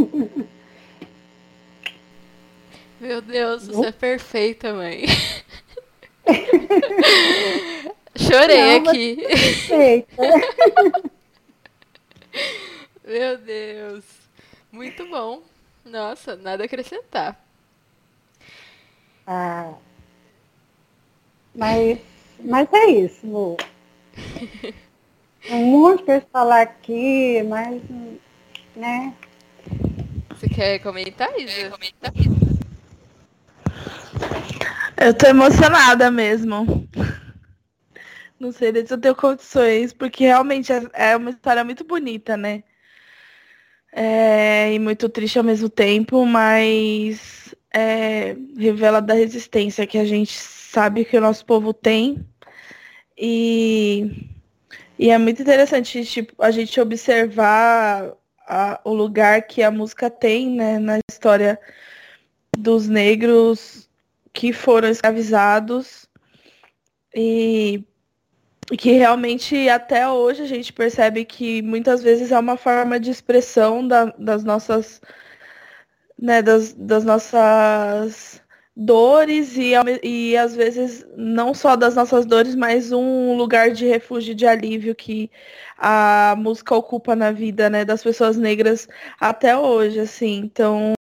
Meu Deus, você é perfeita, mãe. Chorei aqui. Perfeita. Meu Deus. Muito bom. Nossa, nada a acrescentar. Mas é isso, Lu. Um monte que eu falar aqui, mas, né? Você quer comentar, Isa? Eu tô emocionada mesmo. Não sei se eu tenho condições, porque realmente é uma história muito bonita, né? E muito triste ao mesmo tempo, mas revela da resistência que a gente sabe que o nosso povo tem. E é muito interessante, tipo, a gente observar o lugar que a música tem, né, na história dos negros que foram escravizados e que realmente até hoje a gente percebe que muitas vezes é uma forma de expressão das nossas, né, das nossas dores e às vezes não só das nossas dores, mas um lugar de refúgio, de alívio que a música ocupa na vida, né, das pessoas negras até hoje, assim. Então,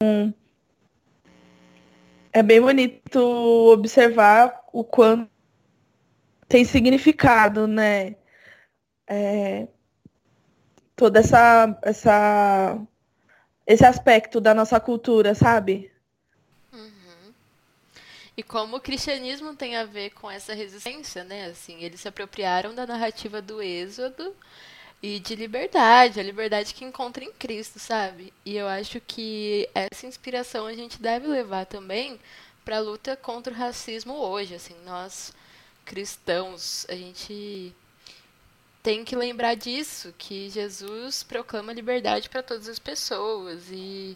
é bem bonito observar o quanto tem significado, né? Todo esse aspecto da nossa cultura, sabe? E como o cristianismo tem a ver com essa resistência, né? Assim, eles se apropriaram da narrativa do Êxodo e de liberdade, a liberdade que encontra em Cristo, sabe? E eu acho que essa inspiração a gente deve levar também para a luta contra o racismo hoje, assim, nós cristãos, a gente tem que lembrar disso, que Jesus proclama liberdade para todas as pessoas e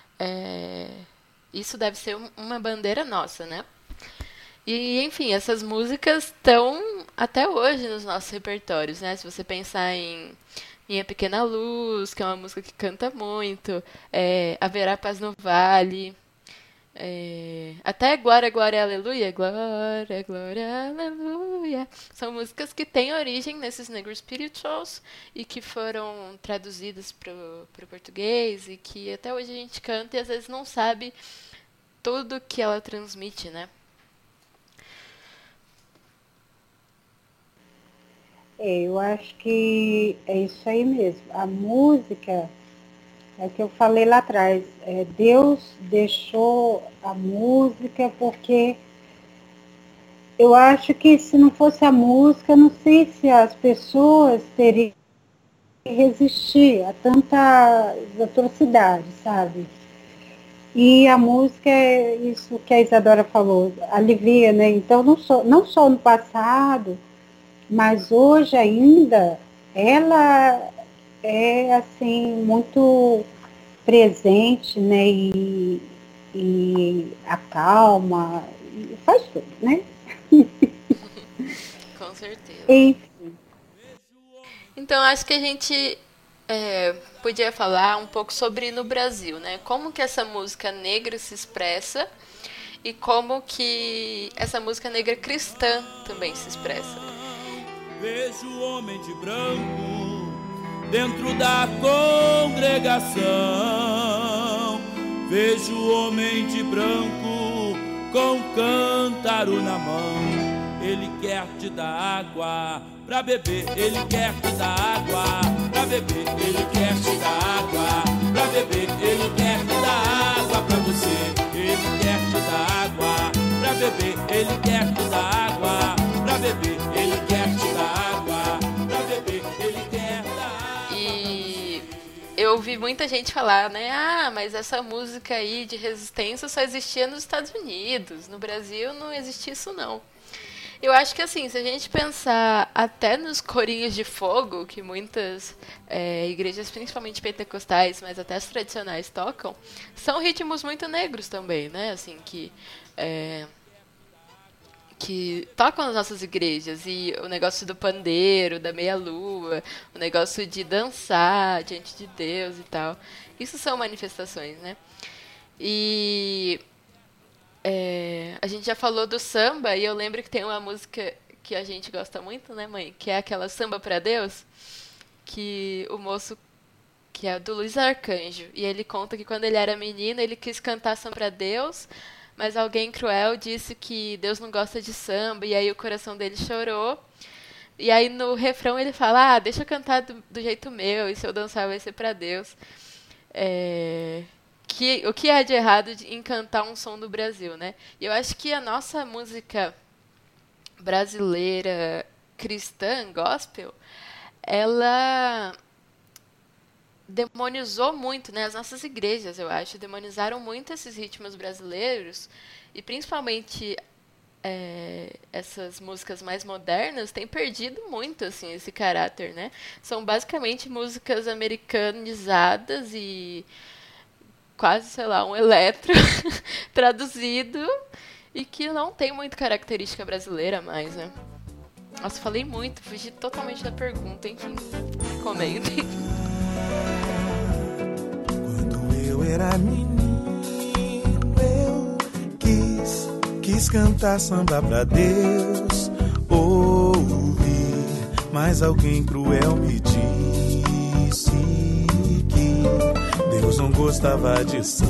isso deve ser uma bandeira nossa, né? E, enfim, essas músicas estão até hoje nos nossos repertórios, né? Se você pensar em Minha Pequena Luz, que é uma música que canta muito, Haverá Paz no Vale, até Glória, Glória, Aleluia, Glória, Glória, Aleluia. São músicas que têm origem nesses Negro Spirituals e que foram traduzidas para o português e que até hoje a gente canta e às vezes não sabe tudo que ela transmite, né? Eu acho que é isso aí mesmo. A música, é o que eu falei lá atrás, Deus deixou a música porque eu acho que se não fosse a música, não sei se as pessoas teriam que resistir a tantas atrocidades, sabe? E a música é isso que a Isadora falou, alivia, né? Então, não só no passado, mas hoje ainda, ela é, assim, muito presente, né? E acalma, e faz tudo, né? Com certeza. Enfim. Então, acho que a gente podia falar um pouco sobre no Brasil, né? Como que essa música negra se expressa e como que essa música negra cristã também se expressa. Vejo o homem de branco dentro da congregação. Vejo o homem de branco com um cântaro na mão. Ele quer te dar água pra beber, ele quer te dar água pra beber, ele quer te dar água pra beber, ele quer te dar água pra você, ele quer te dar água pra beber, ele quer te dar água pra beber, ele quer te dar água pra beber, ele quer dar água. E eu ouvi muita gente falar, né? Ah, mas essa música aí de resistência só existia nos Estados Unidos, no Brasil não existia isso não. Eu acho que assim, se a gente pensar até nos corinhos de fogo, que muitas igrejas, principalmente pentecostais, mas até as tradicionais tocam, são ritmos muito negros também, né? Assim, que tocam nas nossas igrejas. E o negócio do pandeiro, da meia-lua, o negócio de dançar diante de Deus e tal. Isso são manifestações, né? E a gente já falou do samba, e eu lembro que tem uma música que a gente gosta muito, né, mãe? Que é aquela Samba pra Deus, que o moço, que é do Luiz Arcanjo, e ele conta que quando ele era menino, ele quis cantar samba pra Deus, mas alguém cruel disse que Deus não gosta de samba, e aí o coração dele chorou. E aí no refrão ele fala, deixa eu cantar do jeito meu, e se eu dançar vai ser pra Deus. O que há de errado em cantar um som do Brasil, né? E eu acho que a nossa música brasileira cristã, gospel, ela demonizou muito, né? As nossas igrejas, eu acho, demonizaram muito esses ritmos brasileiros, e principalmente essas músicas mais modernas têm perdido muito, assim, esse caráter, né? São basicamente músicas americanizadas e quase, sei lá, um eletro traduzido e que não tem muito característica brasileira mais, né? Nossa, falei muito, fugi totalmente da pergunta, enfim, comentem. Quando eu era menino, eu quis cantar samba pra Deus, ouvi, mas alguém cruel me disse que Deus não gostava de samba.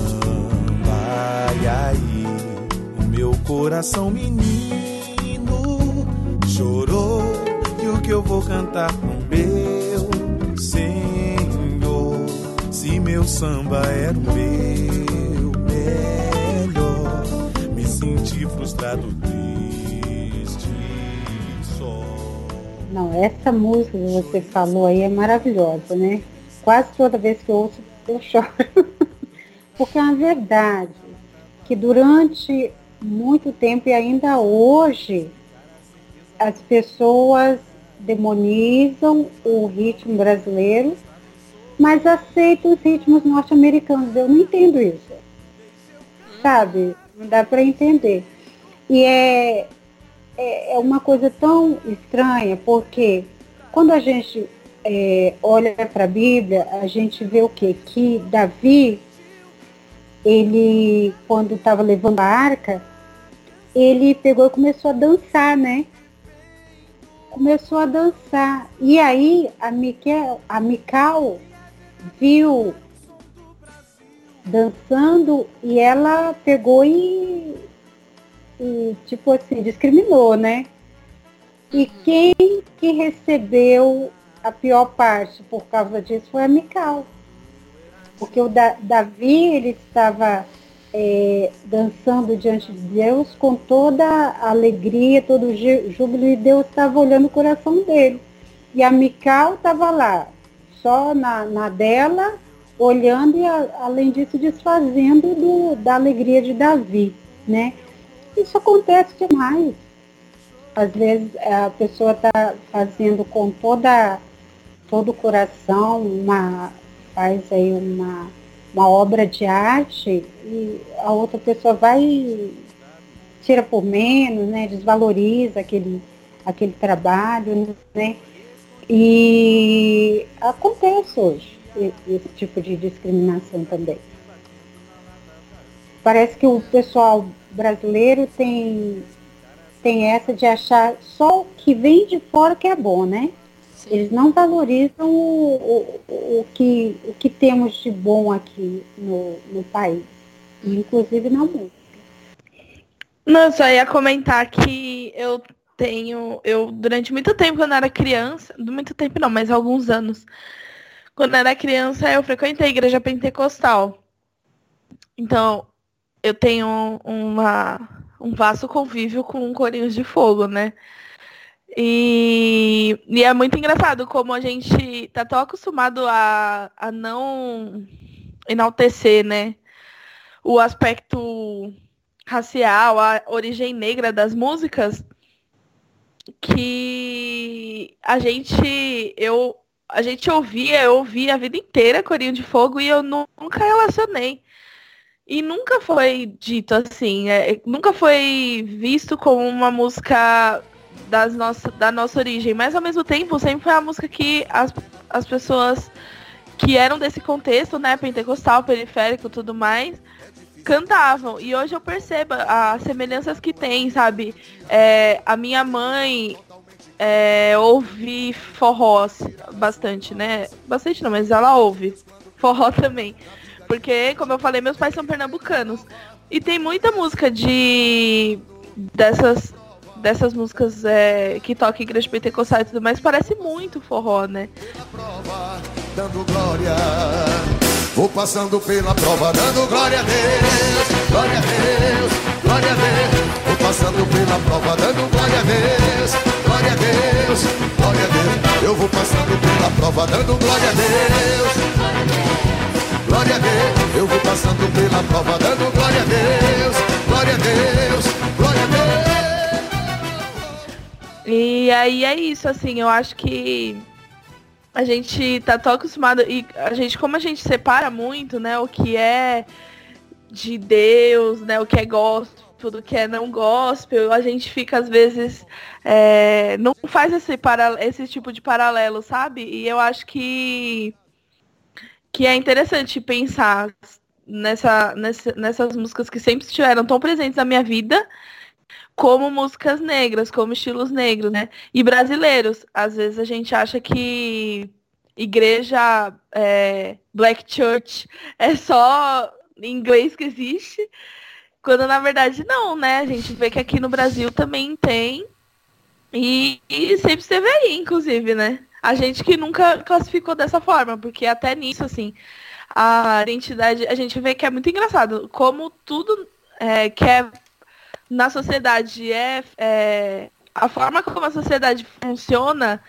E aí o meu coração menino chorou. E o que eu vou cantar com meu Senhor, se meu samba era o meu melhor? Me senti frustrado, triste só. Não, essa música que você falou aí é maravilhosa, né? Quase toda vez que eu ouço, eu choro. Porque é uma verdade que durante muito tempo e ainda hoje as pessoas demonizam o ritmo brasileiro, mas aceitam os ritmos norte-americanos. Eu não entendo isso. Sabe? Não dá para entender. E é uma coisa tão estranha, porque quando a gente olha para a Bíblia, a gente vê o quê? Que Davi, ele, quando estava levando a arca, ele pegou e começou a dançar, né? Começou a dançar. E aí a Mical viu dançando e ela pegou e tipo assim, discriminou, né? E quem que recebeu a pior parte por causa disso foi a Mical. Porque o Davi, ele estava dançando diante de Deus com toda a alegria, todo o júbilo, e Deus estava olhando o coração dele. E a Mical estava lá, só na dela, olhando e, além disso, desfazendo da alegria de Davi, né? Isso acontece demais. Às vezes a pessoa está fazendo com todo o coração, faz aí uma obra de arte, e a outra pessoa vai e tira por menos, né? Desvaloriza aquele trabalho, né? E acontece hoje esse tipo de discriminação também. Parece que o pessoal brasileiro tem essa de achar só o que vem de fora que é bom, né? Sim. Eles não valorizam o que temos de bom aqui no país, inclusive na música. Não, só ia comentar que eu durante muito tempo, quando era criança, muito tempo não, mas alguns anos, quando era criança, eu frequentei a igreja pentecostal. Então, eu tenho um vasto convívio com corinhos de fogo, né? E é muito engraçado como a gente tá tão acostumado a não enaltecer, né? O aspecto racial, a origem negra das músicas, que eu ouvi a vida inteira Corinho de Fogo, e eu nunca relacionei. E nunca foi dito assim, nunca foi visto como uma música da nossa origem, mas ao mesmo tempo sempre foi a música que as pessoas que eram desse contexto, né, pentecostal, periférico, tudo mais, cantavam. E hoje eu percebo as semelhanças que tem, sabe? A minha mãe ouve forró bastante, né? Bastante não, mas ela ouve forró também. Porque, como eu falei, meus pais são pernambucanos. E tem muita música dessas músicas que tocam em igreja pentecostal e tudo mais, parece muito forró, né? Dando glória, vou passando pela prova, dando glória a Deus, glória a Deus, glória a Deus. Vou passando pela prova, dando glória a Deus, glória a Deus, glória a Deus. Eu vou passando pela prova, dando glória a Deus, glória a Deus. Eu vou passando pela prova, dando glória a Deus, glória a Deus, glória a Deus. E aí é isso, assim, eu acho que a gente tá tão acostumado, e como a gente separa muito, né, o que é de Deus, né, o que é gospel, do que é não gospel, a gente fica às vezes, não faz esse tipo de paralelo, sabe? E eu acho que é interessante pensar nessas músicas que sempre estiveram tão presentes na minha vida, como músicas negras, como estilos negros, né? E brasileiros. Às vezes a gente acha que igreja, black church, é só em inglês que existe, quando na verdade não, né? A gente vê que aqui no Brasil também tem, e sempre esteve aí, inclusive, né? A gente que nunca classificou dessa forma, porque até nisso, assim, a identidade, a gente vê que é muito engraçado, como tudo que na sociedade a forma como a sociedade funciona.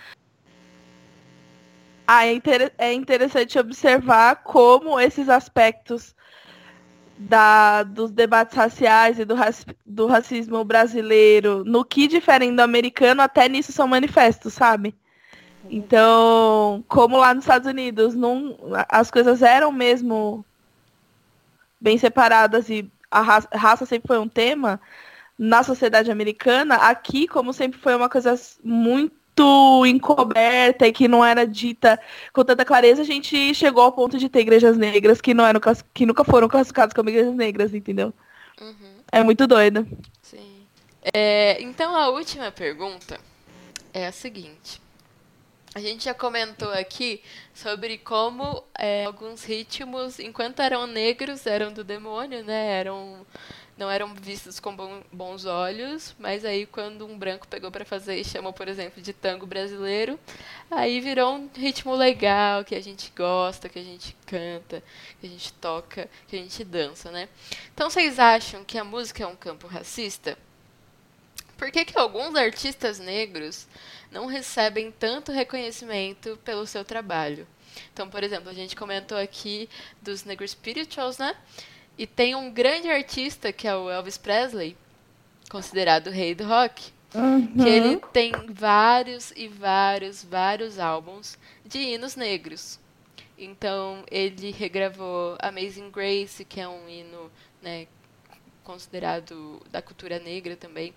É interessante observar como esses aspectos dos debates raciais e do racismo brasileiro, no que diferem do americano, até nisso são manifestos, sabe? Então, como lá nos Estados Unidos as coisas eram mesmo bem separadas e a raça sempre foi um tema na sociedade americana, aqui, como sempre foi uma coisa muito encoberta e que não era dita com tanta clareza, a gente chegou ao ponto de ter igrejas negras que nunca foram classificadas como igrejas negras, entendeu? Uhum. É muito doido. Sim. Então, a última pergunta é a seguinte. A gente já comentou aqui sobre como alguns ritmos, enquanto eram negros, eram do demônio, né? Eram não eram vistos com bons olhos, mas aí quando um branco pegou para fazer e chamou, por exemplo, de tango brasileiro, aí virou um ritmo legal, que a gente gosta, que a gente canta, que a gente toca, que a gente dança, né? Então vocês acham que a música é um campo racista? Por que alguns artistas negros não recebem tanto reconhecimento pelo seu trabalho? Então, por exemplo, a gente comentou aqui dos Negro Spirituals, né? E tem um grande artista, que é o Elvis Presley, considerado o rei do rock, que ele tem vários álbuns de hinos negros. Então, ele regravou Amazing Grace, que é um hino, né, considerado da cultura negra também.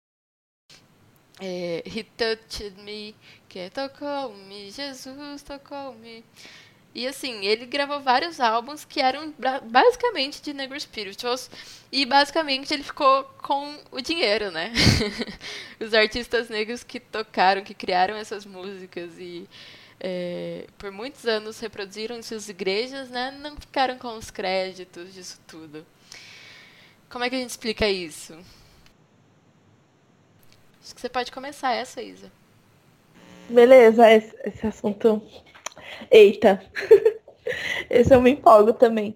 He Touched Me, que é Tocou-me, Jesus tocou-me. E assim, ele gravou vários álbuns que eram basicamente de Negro Spirituals. E basicamente ele ficou com o dinheiro, né? Os artistas negros que tocaram, que criaram essas músicas e por muitos anos reproduziram em suas igrejas, né? Não ficaram com os créditos disso tudo. Como é que a gente explica isso? Acho que você pode começar essa, Isa. Beleza, esse assunto... Eita, esse eu me empolgo também.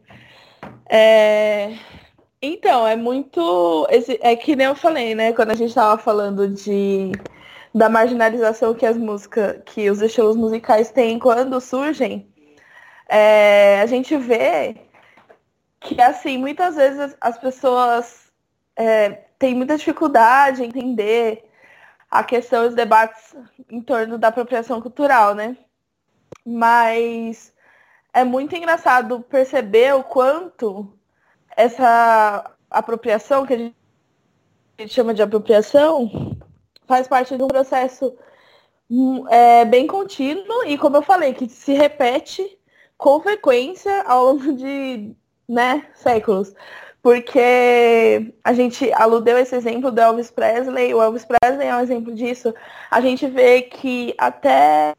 Então, é muito... É que nem eu falei, né? Quando a gente estava falando da marginalização que os estilos musicais têm quando surgem, a gente vê que, assim, muitas vezes as pessoas têm muita dificuldade em entender a questão dos debates em torno da apropriação cultural, né? Mas é muito engraçado perceber o quanto essa apropriação, que a gente chama de apropriação, faz parte de um processo bem contínuo e, como eu falei, que se repete com frequência ao longo de, né, séculos. Porque a gente aludeu esse exemplo do Elvis Presley, o Elvis Presley é um exemplo disso. A gente vê que até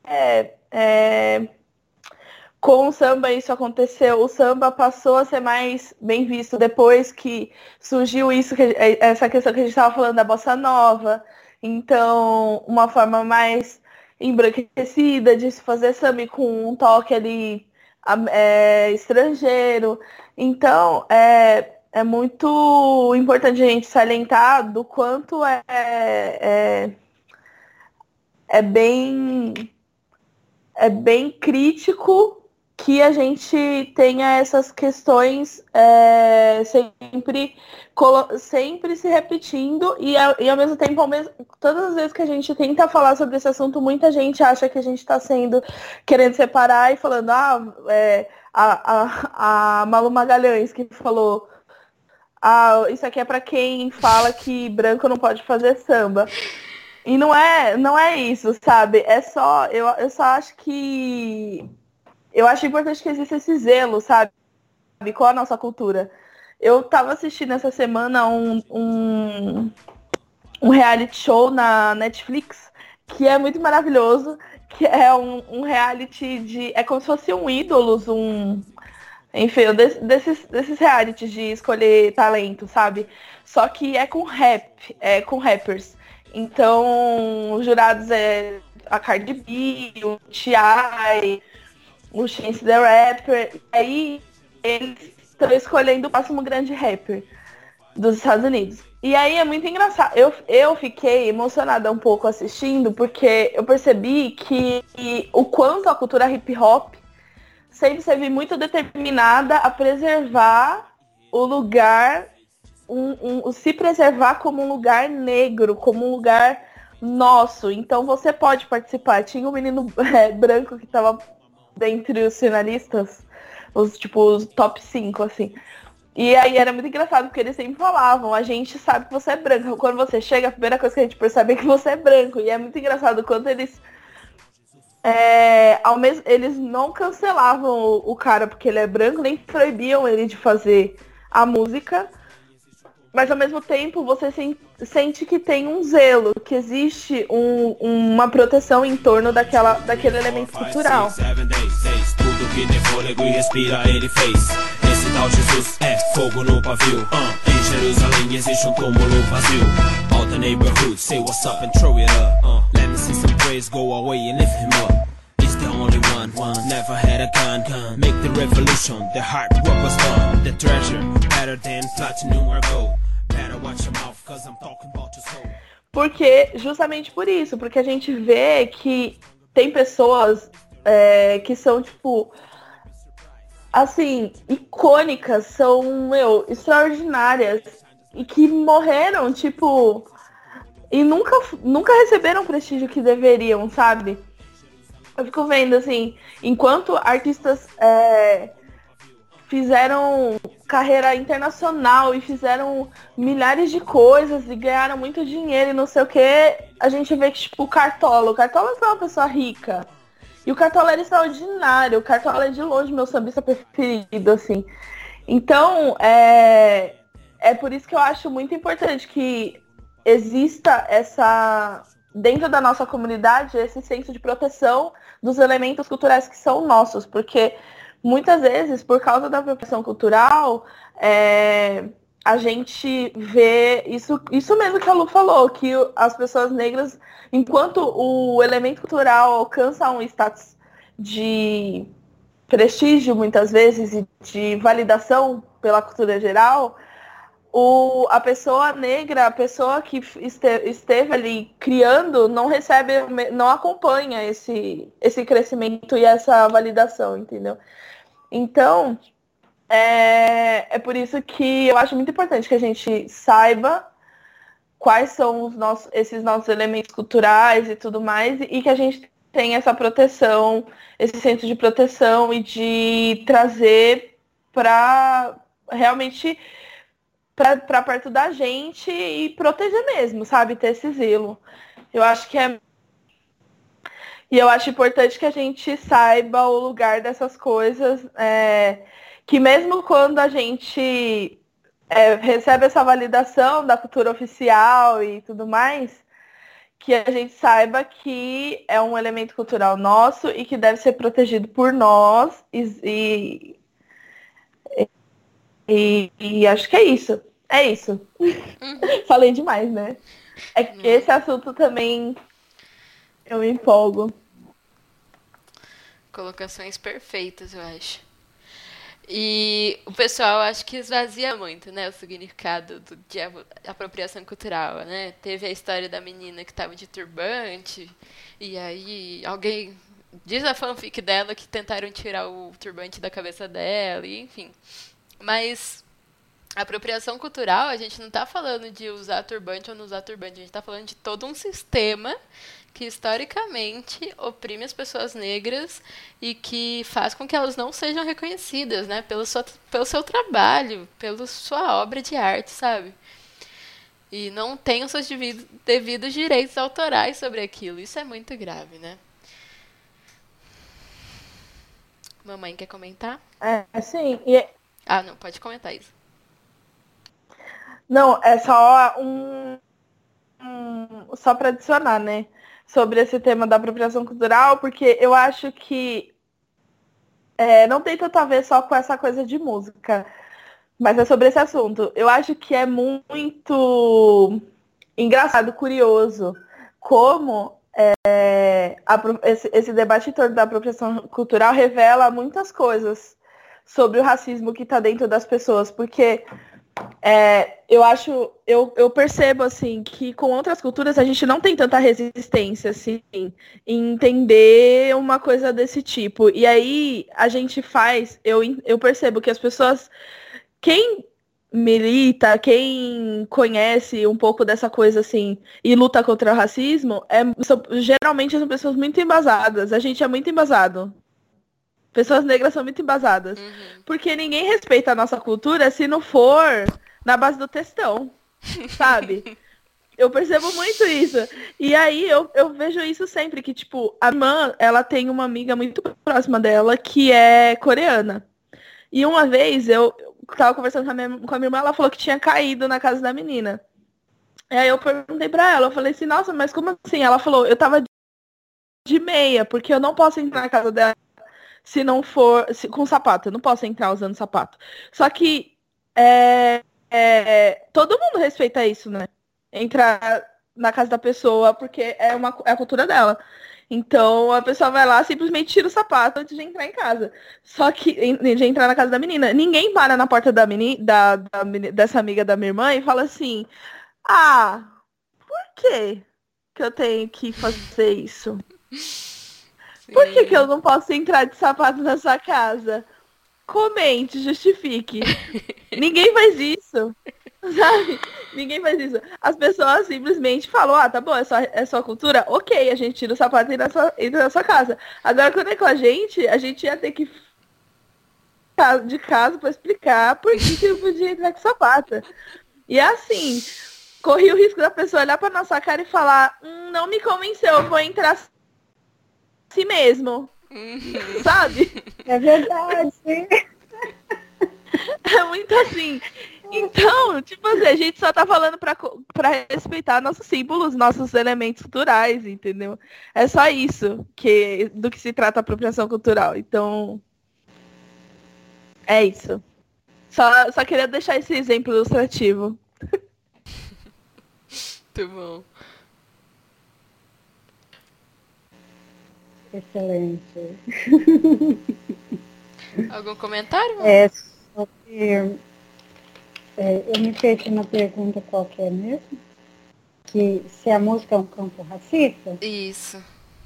com o samba isso aconteceu. O samba passou a ser mais bem visto depois que surgiu essa questão que a gente estava falando da bossa nova. Então, uma forma mais embranquecida de se fazer samba com um toque ali estrangeiro. Então, é muito importante a gente salientar do quanto é bem crítico que a gente tenha essas questões sempre se repetindo e ao mesmo tempo, todas as vezes que a gente tenta falar sobre esse assunto, muita gente acha que a gente está querendo separar e falando, a Malu Magalhães que falou, isso aqui é para quem fala que branco não pode fazer samba. E não é isso, sabe? Eu só acho que... Eu acho importante que exista esse zelo, sabe? Com a nossa cultura. Eu tava assistindo essa semana um reality show na Netflix, que é muito maravilhoso, que é um reality é como se fosse um Ídolos, enfim, desses realities de escolher talento, sabe? Só que é com rappers. Então, os jurados a Cardi B, o T.I., o Chance the Rapper. E aí, eles estão escolhendo o próximo grande rapper dos Estados Unidos. E aí é muito engraçado. Eu fiquei emocionada um pouco assistindo, porque eu percebi que o quanto a cultura hip hop sempre esteve muito determinada a preservar o lugar, se preservar como um lugar negro, como um lugar nosso. Então você pode participar. Tinha um menino branco que estava dentre os finalistas, os top 5, assim. E aí era muito engraçado, porque eles sempre falavam, a gente sabe que você é branco. Quando você chega, a primeira coisa que a gente percebe é que você é branco. E é muito engraçado quando eles... eles não cancelavam o cara porque ele é branco, nem proibiam ele de fazer a música, mas ao mesmo tempo você sente que tem um zelo, que existe uma proteção em torno daquele elemento cultural. Tudo que tem fôlego e respira ele fez. Esse tal Jesus é fogo no pavio. Jerusalém existe túmulo vazio. All the neighborhoods say what's up and throw it up. Let me see some praise go away and lift him up. He's the only one, never had a gun. Make the revolution, the hard work was done. The treasure, better than platinum or gold. Better watch your mouth, cause I'm talking about your soul. Porque, justamente por isso, porque a gente vê que tem pessoas que são, tipo, assim, icônicas, são, extraordinárias, e que morreram, tipo, e nunca receberam o prestígio que deveriam, sabe? Eu fico vendo, assim, enquanto artistas fizeram carreira internacional e fizeram milhares de coisas e ganharam muito dinheiro e não sei o que, a gente vê que, tipo, o Cartola é uma pessoa rica. E o Cartola era extraordinário. O Cartola é de longe meu sambista preferido, assim. Então, é por isso que eu acho muito importante que exista dentro da nossa comunidade, esse senso de proteção dos elementos culturais que são nossos. Porque muitas vezes, por causa da apropriação cultural, a gente vê isso mesmo que a Lu falou, que as pessoas negras, enquanto o elemento cultural alcança um status de prestígio, muitas vezes, e de validação pela cultura geral, a pessoa negra, a pessoa que esteve ali criando, não acompanha esse crescimento e essa validação, entendeu? Então, é por isso que eu acho muito importante que a gente saiba quais são esses nossos elementos culturais e tudo mais, e que a gente tenha essa proteção, esse senso de proteção e de trazer para realmente para perto da gente e proteger mesmo, sabe? Ter esse zelo. Eu acho que E eu acho importante que a gente saiba o lugar dessas coisas, que mesmo quando a gente recebe essa validação da cultura oficial e tudo mais, que a gente saiba que é um elemento cultural nosso e que deve ser protegido por nós. E acho que é isso. É isso. Falei demais, né? Esse assunto também eu me empolgo. Colocações perfeitas, eu acho. E o pessoal acho que esvazia muito, né, o significado de apropriação cultural, né? Teve a história da menina que estava de turbante, e aí alguém diz a fanfic dela que tentaram tirar o turbante da cabeça dela, e enfim. Mas a apropriação cultural, a gente não está falando de usar turbante ou não usar turbante, a gente está falando de todo um sistema que historicamente oprime as pessoas negras e que faz com que elas não sejam reconhecidas, né, pelo seu trabalho, pela sua obra de arte, sabe? E não tem os seus devidos direitos autorais sobre aquilo. Isso é muito grave, né? Mamãe quer comentar? Sim. Ah, não, pode comentar isso. Não, é só só para adicionar, né? Sobre esse tema da apropriação cultural, porque eu acho que não tem tanto a ver só com essa coisa de música, mas é sobre esse assunto. Eu acho que é muito engraçado, curioso, como esse debate em torno da apropriação cultural revela muitas coisas sobre o racismo que está dentro das pessoas, porque eu percebo, assim, que com outras culturas a gente não tem tanta resistência, assim, em entender uma coisa desse tipo. E aí a gente eu percebo que as pessoas, quem milita, quem conhece um pouco dessa coisa, assim, e luta contra o racismo, geralmente são pessoas muito embasadas. A gente é muito embasado. Pessoas negras são muito embasadas. Uhum. Porque ninguém respeita a nossa cultura se não for na base do textão, sabe? Eu percebo muito isso. E aí eu vejo isso sempre, que, tipo, a irmã, ela tem uma amiga muito próxima dela que é coreana. E uma vez eu tava conversando com a minha irmã, ela falou que tinha caído na casa da menina. E aí eu perguntei pra ela, eu falei assim, nossa, mas como assim? Ela falou, eu tava de meia, porque eu não posso entrar na casa dela se não for com sapato. Eu não posso entrar usando sapato. Só que todo mundo respeita isso, né? Entrar na casa da pessoa, porque é a cultura dela. Então a pessoa vai lá, simplesmente tira o sapato antes de entrar em casa. Só que de entrar na casa da menina. Ninguém para na porta da dessa amiga da minha irmã e fala assim: ah, por que eu tenho que fazer isso? Por que eu não posso entrar de sapato na sua casa? Comente, justifique. Ninguém faz isso. Sabe? Ninguém faz isso. As pessoas simplesmente falam, tá bom, é sua cultura? Ok, a gente tira o sapato e entra na sua casa. Agora, quando é com a gente ia ter que ficar de casa pra explicar por que não podia entrar com sapato. E assim, corri o risco da pessoa olhar pra nossa cara e falar, não me convenceu, eu vou entrar assim mesmo. Sabe? É verdade. É muito assim. Então, tipo assim, a gente só tá falando pra respeitar nossos símbolos, nossos elementos culturais, entendeu? É só isso do que se trata a apropriação cultural. Então, é isso. Só queria deixar esse exemplo ilustrativo. Muito bom. Excelente. Algum comentário? Só que eu me fiz uma pergunta qualquer mesmo, que se a música é um campo racista? Isso.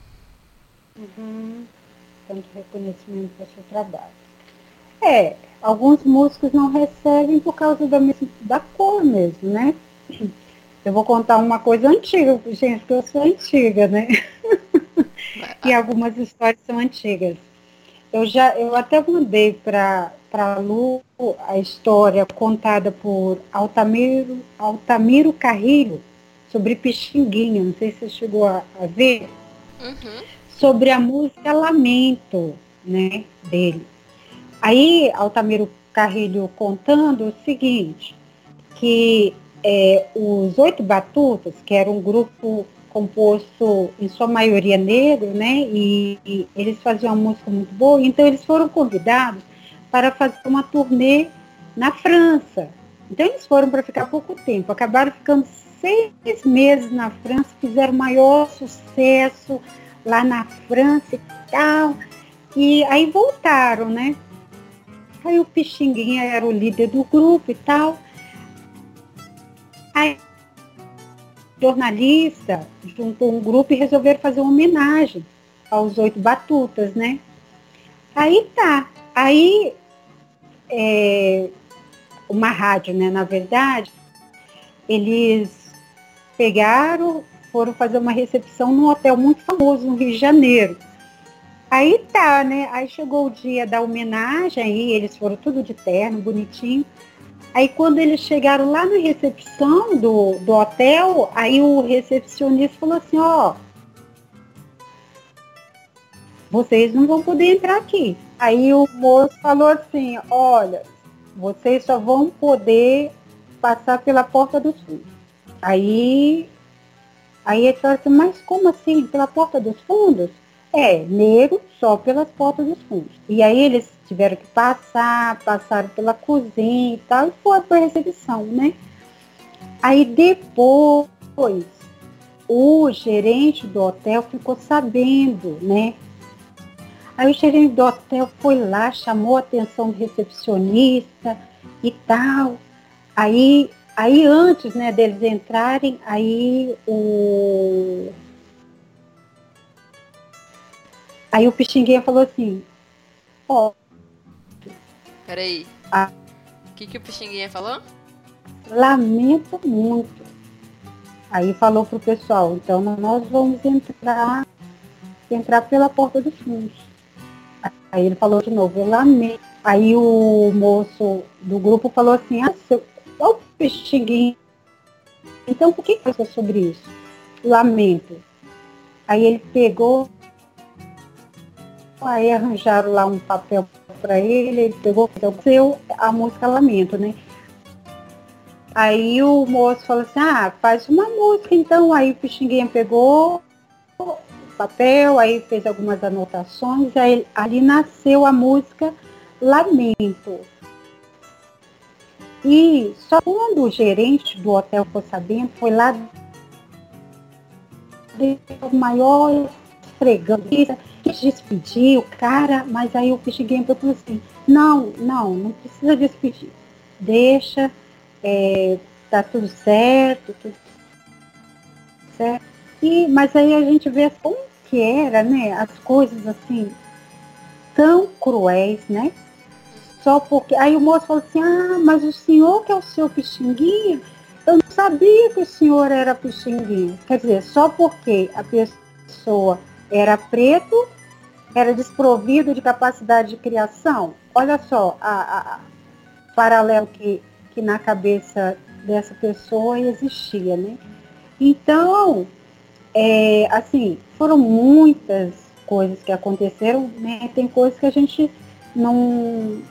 Tanto reconhecimento para o seu trabalho. Alguns músicos não recebem por causa da cor mesmo, né? Eu vou contar uma coisa antiga, gente, que eu sou antiga, né? E algumas histórias são antigas. Eu até mandei para a Lu a história contada por Altamiro Carrilho sobre Pixinguinha, não sei se você chegou a ver, sobre a música Lamento, né, dele. Aí, Altamiro Carrilho contando o seguinte, que os 8 Batutas, que era um grupo composto em sua maioria negro, né, e eles faziam uma música muito boa, então eles foram convidados para fazer uma turnê na França. Então eles foram para ficar pouco tempo, acabaram ficando 6 meses na França, fizeram maior sucesso lá na França e tal, e aí voltaram, né. Aí o Pixinguinha era o líder do grupo e tal. Aí o jornalista juntou um grupo e resolveram fazer uma homenagem aos 8 Batutas, né? Aí tá. Aí uma rádio, né, na verdade, eles pegaram, foram fazer uma recepção num hotel muito famoso no Rio de Janeiro. Aí tá, né? Aí chegou o dia da homenagem, aí eles foram tudo de terno, bonitinho. Aí quando eles chegaram lá na recepção do hotel, aí o recepcionista falou assim, vocês não vão poder entrar aqui. Aí o moço falou assim, olha, vocês só vão poder passar pela porta dos fundos. Aí ele falou assim, mas como assim, pela porta dos fundos? Negro só pelas portas dos fundos. E aí eles tiveram que passaram pela cozinha e tal, e foram para a recepção, né? Aí depois, o gerente do hotel ficou sabendo, né? Aí o gerente do hotel foi lá, chamou a atenção do recepcionista e tal. Aí antes, né, deles entrarem, aí o Pixinguinha falou assim, Peraí. O que o Pixinguinha falou? Lamento muito. Aí falou pro pessoal, então nós vamos entrar pela porta dos fundos. Aí ele falou de novo, eu lamento. Aí o moço do grupo falou assim, o Pixinguinha, então por que você sobre isso? Lamento. Aí ele pegou, aí arranjaram lá um papel para ele pegou a música Lamento, né? Aí o moço falou assim, faz uma música então. Aí o Pixinguinha pegou o papel, aí fez algumas anotações, aí ali nasceu a música Lamento. E só quando o gerente do hotel ficou sabendo, foi lá deu o maior esfregão, quis despedir o cara, mas aí o Fish Game falou assim, não precisa despedir. Deixa, tá tudo certo, mas aí a gente vê como que era, né? As coisas assim, tão cruéis, né? Só porque. Aí o moço falou assim, mas o senhor que é o seu Pixinguinha, eu não sabia que o senhor era Pixinguinha. Quer dizer, só porque a pessoa era preto, era desprovido de capacidade de criação. Olha só, o paralelo que na cabeça dessa pessoa existia, né? Então, assim, foram muitas coisas que aconteceram, né? Tem coisas que a gente não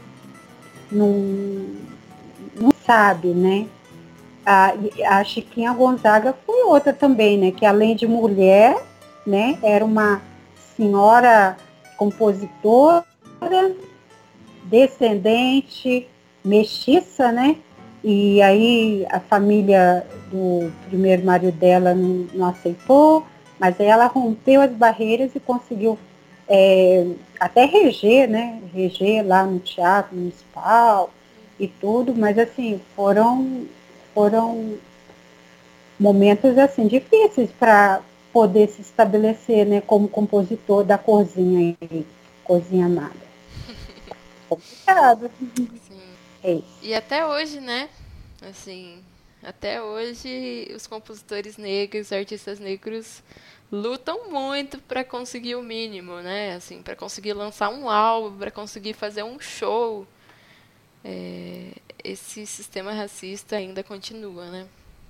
sabe, né? A Chiquinha Gonzaga foi outra também, né? Que além de mulher, né? Era uma senhora compositora, descendente, mestiça, né? E aí a família do primeiro marido dela não aceitou, mas aí ela rompeu as barreiras e conseguiu até reger, né? Reger lá no Teatro Municipal e tudo, mas assim, foram momentos assim difíceis para poder se estabelecer, né, como compositor da Corzinha aí, Corzinha Amada. Complicado. Sim. E até hoje, né? Assim, até hoje os compositores negros, artistas negros lutam muito para conseguir o mínimo, né? Assim, para conseguir lançar um álbum, para conseguir fazer um show. Esse sistema racista ainda continua, né?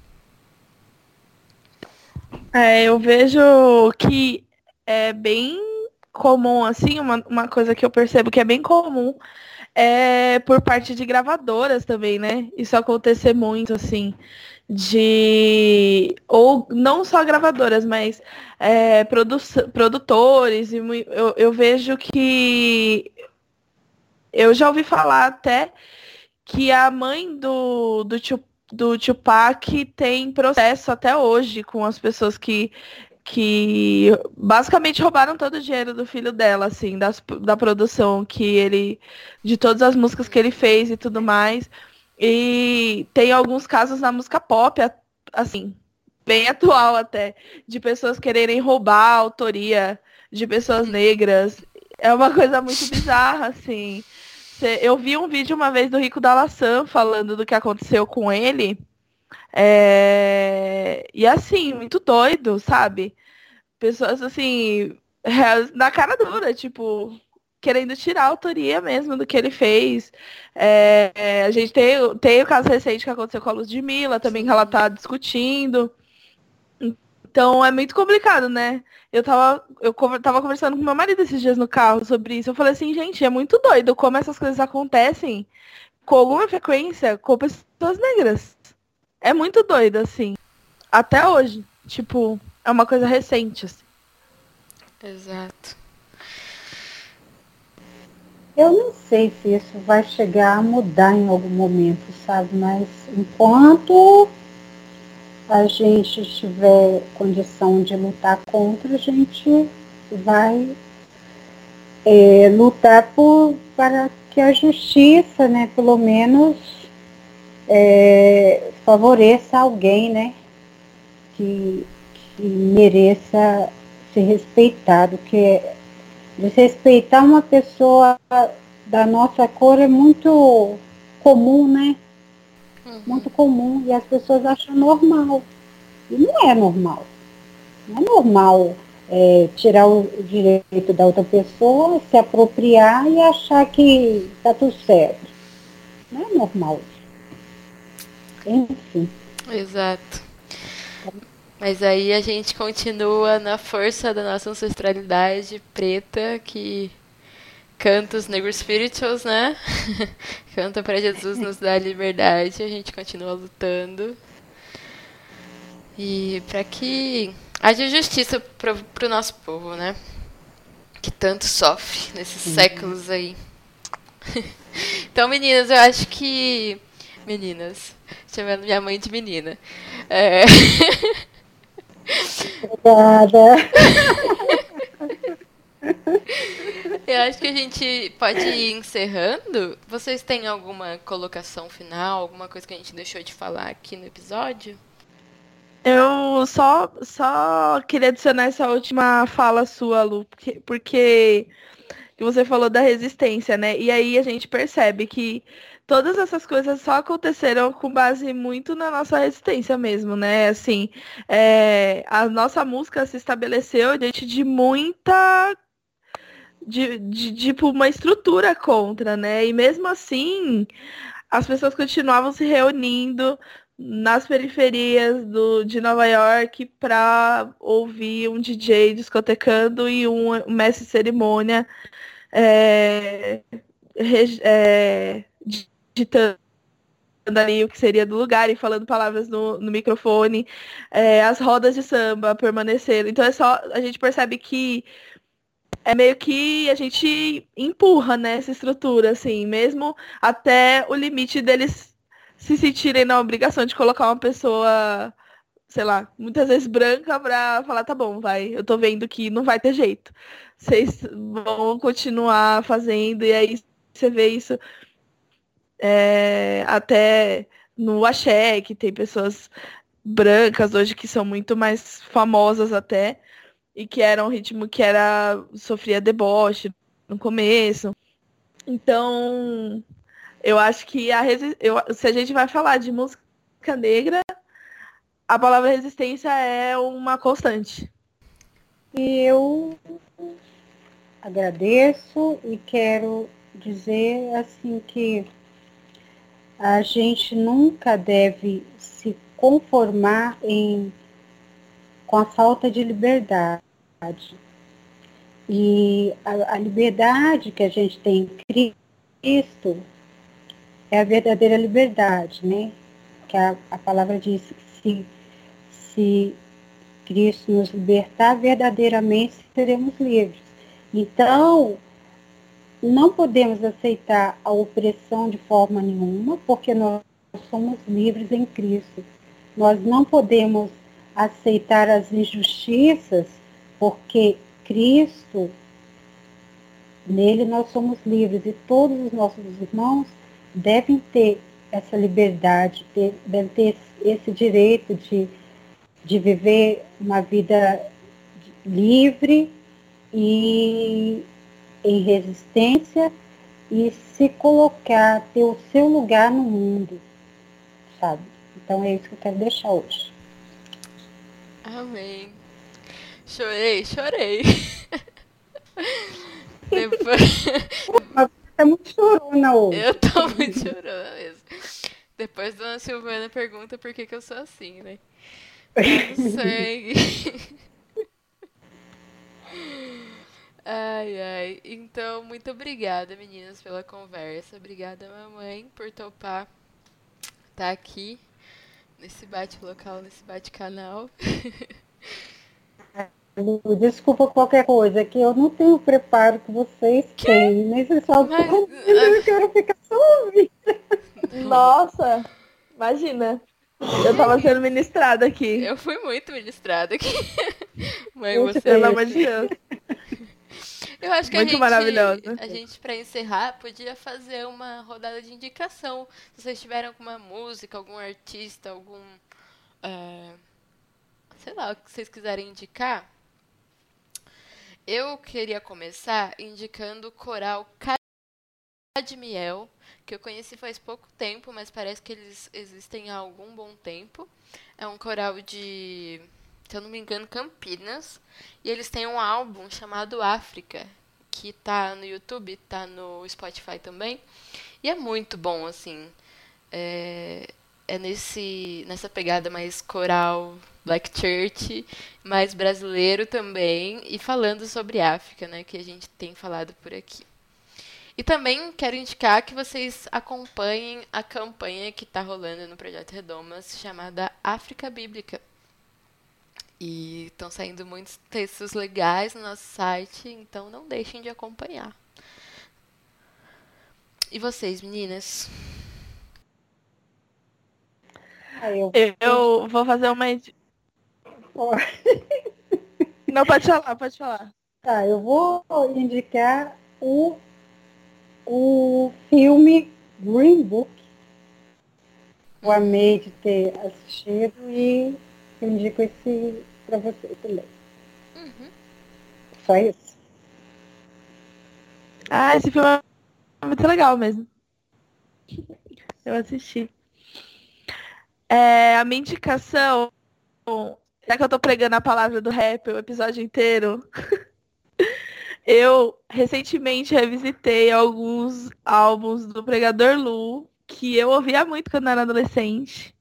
Eu vejo que é bem comum, assim, uma coisa que eu percebo que é bem comum por parte de gravadoras também, né? Isso acontecer muito, assim, ou não só gravadoras, mas produtores, e eu vejo que eu já ouvi falar até que a mãe do Tupac tem processo até hoje com as pessoas que basicamente roubaram todo o dinheiro do filho dela, assim, da produção de todas as músicas que ele fez e tudo mais. E tem alguns casos na música pop, assim, bem atual até, de pessoas quererem roubar a autoria de pessoas negras. É uma coisa muito bizarra, assim. Eu vi um vídeo uma vez do Rico da Laçã falando do que aconteceu com ele. E assim, muito doido, sabe? Pessoas assim, na cara dura, tipo, querendo tirar a autoria mesmo do que ele fez. A gente tem o caso recente que aconteceu com a Ludmilla também, que ela tá discutindo. Então é muito complicado, né? Eu tava conversando com meu marido esses dias no carro sobre isso. Eu falei assim, gente, é muito doido como essas coisas acontecem com alguma frequência com pessoas negras. É muito doido, assim. Até hoje. Tipo, é uma coisa recente, assim. Exato. Eu não sei se isso vai chegar a mudar em algum momento, sabe? Mas enquanto a gente tiver condição de lutar contra, a gente vai lutar para que a justiça, né, pelo menos favoreça alguém, né, que mereça ser respeitado, que desrespeitar uma pessoa da nossa cor é muito comum, né? Muito comum, e as pessoas acham normal. E não é normal. Não é normal tirar o direito da outra pessoa, se apropriar e achar que está tudo certo. Não é normal. Enfim. Exato. Mas aí a gente continua na força da nossa ancestralidade preta, que canta os Negro Spirituals, né? Canta para Jesus nos dar liberdade. A gente continua lutando. E para que haja justiça para o nosso povo, né? Que tanto sofre nesses séculos aí. Então, meninas, eu acho que Meninas. Chamando minha mãe de menina. É... Obrigada. Eu acho que a gente pode ir encerrando. Vocês têm alguma colocação final, alguma coisa que a gente deixou de falar aqui no episódio? Eu só queria adicionar essa última fala sua, Lu, porque você falou da resistência, né? E aí a gente percebe que todas essas coisas só aconteceram com base muito na nossa resistência mesmo, né? Assim, a nossa música se estabeleceu diante de muita tipo uma estrutura contra, né? E mesmo assim, as pessoas continuavam se reunindo nas periferias de Nova York para ouvir um DJ discotecando e um mestre de cerimônia ditando ali o que seria do lugar e falando palavras no microfone. As rodas de samba permaneceram. Então a gente percebe que é meio que a gente empurra, né, essa estrutura, assim, mesmo até o limite deles se sentirem na obrigação de colocar uma pessoa, sei lá, muitas vezes branca pra falar, tá bom, vai, eu tô vendo que não vai ter jeito. Vocês vão continuar fazendo, e aí você vê isso até no axé, que tem pessoas brancas hoje que são muito mais famosas até, e que era um ritmo que sofria deboche no começo. Então, eu acho que se a gente vai falar de música negra, a palavra resistência é uma constante. E eu agradeço e quero dizer assim que a gente nunca deve se conformar com a falta de liberdade. E a liberdade que a gente tem em Cristo é a verdadeira liberdade, né? Que a palavra diz que se Cristo nos libertar, verdadeiramente seremos livres. Então, não podemos aceitar a opressão de forma nenhuma, porque nós somos livres em Cristo. Nós não podemos aceitar as injustiças, porque Cristo, nele nós somos livres, e todos os nossos irmãos devem ter essa liberdade, devem ter esse direito de viver uma vida livre e em resistência e se colocar, ter o seu lugar no mundo, sabe? Então é isso que eu quero deixar hoje. Amém. Chorei. Depois... Mas você tá muito chorona hoje. Eu tô muito chorona mesmo. Depois Dona Silvana pergunta por que eu sou assim, né? No sangue. Ai. Então, muito obrigada, meninas, pela conversa. Obrigada, mamãe, por topar estar aqui nesse bate-local, nesse bate-canal. Desculpa qualquer coisa, que eu não tenho o preparo que vocês têm. Nem vocês falam, eu quero ficar só ouvindo. Nossa, imagina. Eu tava sendo ministrada aqui. Eu fui muito ministrada aqui. Mãe, você... Pelo amor de Deus. Eu acho que muito a gente, pra encerrar, podia fazer uma rodada de indicação. Se vocês tiverem alguma música, algum artista, algum... sei lá, o que vocês quiserem indicar. Eu queria começar indicando o coral Cadmiel, que eu conheci faz pouco tempo, mas parece que eles existem há algum bom tempo. É um coral de, se eu não me engano, Campinas. E eles têm um álbum chamado África, que tá no YouTube, tá no Spotify também. E é muito bom, assim. É nessa pegada mais coral, Black Church, mais brasileiro também, e falando sobre África, né, que a gente tem falado por aqui. E também quero indicar que vocês acompanhem a campanha que está rolando no Projeto Redomas, chamada África Bíblica. E estão saindo muitos textos legais no nosso site, então não deixem de acompanhar. E vocês, meninas? Eu vou fazer uma... Não, pode falar. Tá, eu vou indicar o filme Green Book. Eu amei de ter assistido e eu indico esse para você também. Só isso. Esse filme é muito legal mesmo. Eu assisti. A minha indicação, já que eu tô pregando a palavra do rap o episódio inteiro, eu recentemente revisitei alguns álbuns do Pregador Lu, que eu ouvia muito quando eu era adolescente.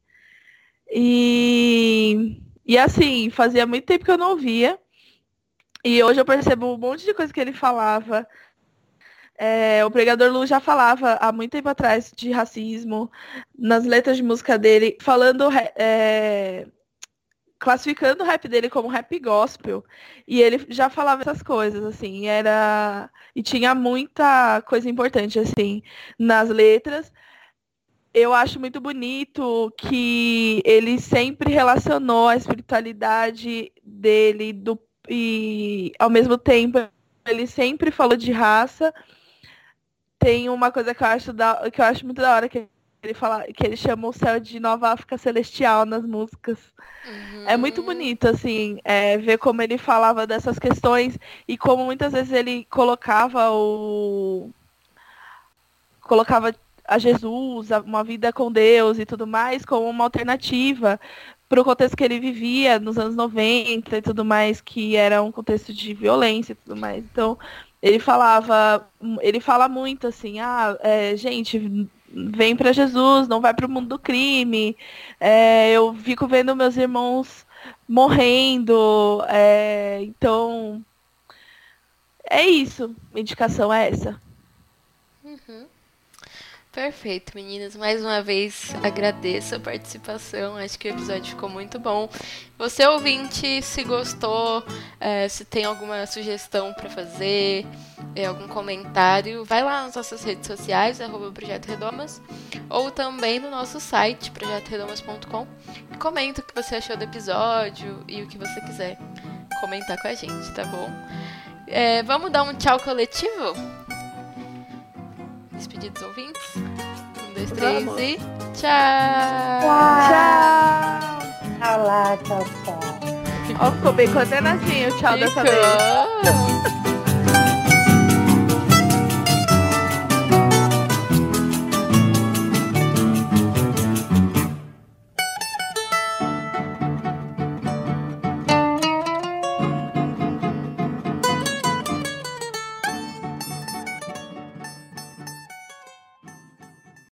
E assim, fazia muito tempo que eu não ouvia. E hoje eu percebo um monte de coisa que ele falava. O Pregador Lu já falava há muito tempo atrás de racismo nas letras de música dele, falando, classificando o rap dele como rap gospel. E ele já falava essas coisas, assim, e tinha muita coisa importante, assim, nas letras. Eu acho muito bonito que ele sempre relacionou a espiritualidade dele e, ao mesmo tempo, ele sempre falou de raça. Tem uma coisa que eu acho muito da hora, que ele chama o céu de Nova África Celestial nas músicas. É muito bonito, assim, ver como ele falava dessas questões e como muitas vezes ele colocava a Jesus, uma vida com Deus e tudo mais, como uma alternativa para o contexto que ele vivia nos anos 90 e tudo mais, que era um contexto de violência e tudo mais. Então, ele fala muito assim, gente, vem para Jesus, não vai para o mundo do crime, eu fico vendo meus irmãos morrendo, então, é isso, minha indicação é essa. Perfeito, meninas. Mais uma vez agradeço a participação. Acho que o episódio ficou muito bom. Você, ouvinte, se gostou, se tem alguma sugestão para fazer, algum comentário, vai lá nas nossas redes sociais, @Projeto Redomas, ou também no nosso site, projetoredomas.com. Comenta o que você achou do episódio e o que você quiser comentar com a gente, tá bom? Vamos dar um tchau coletivo? Despedir dos ouvintes? 1, 2, 3 e tchau! Tchau lá, tchau. Ó, ficou bem condenadinho o tchau dessa vez.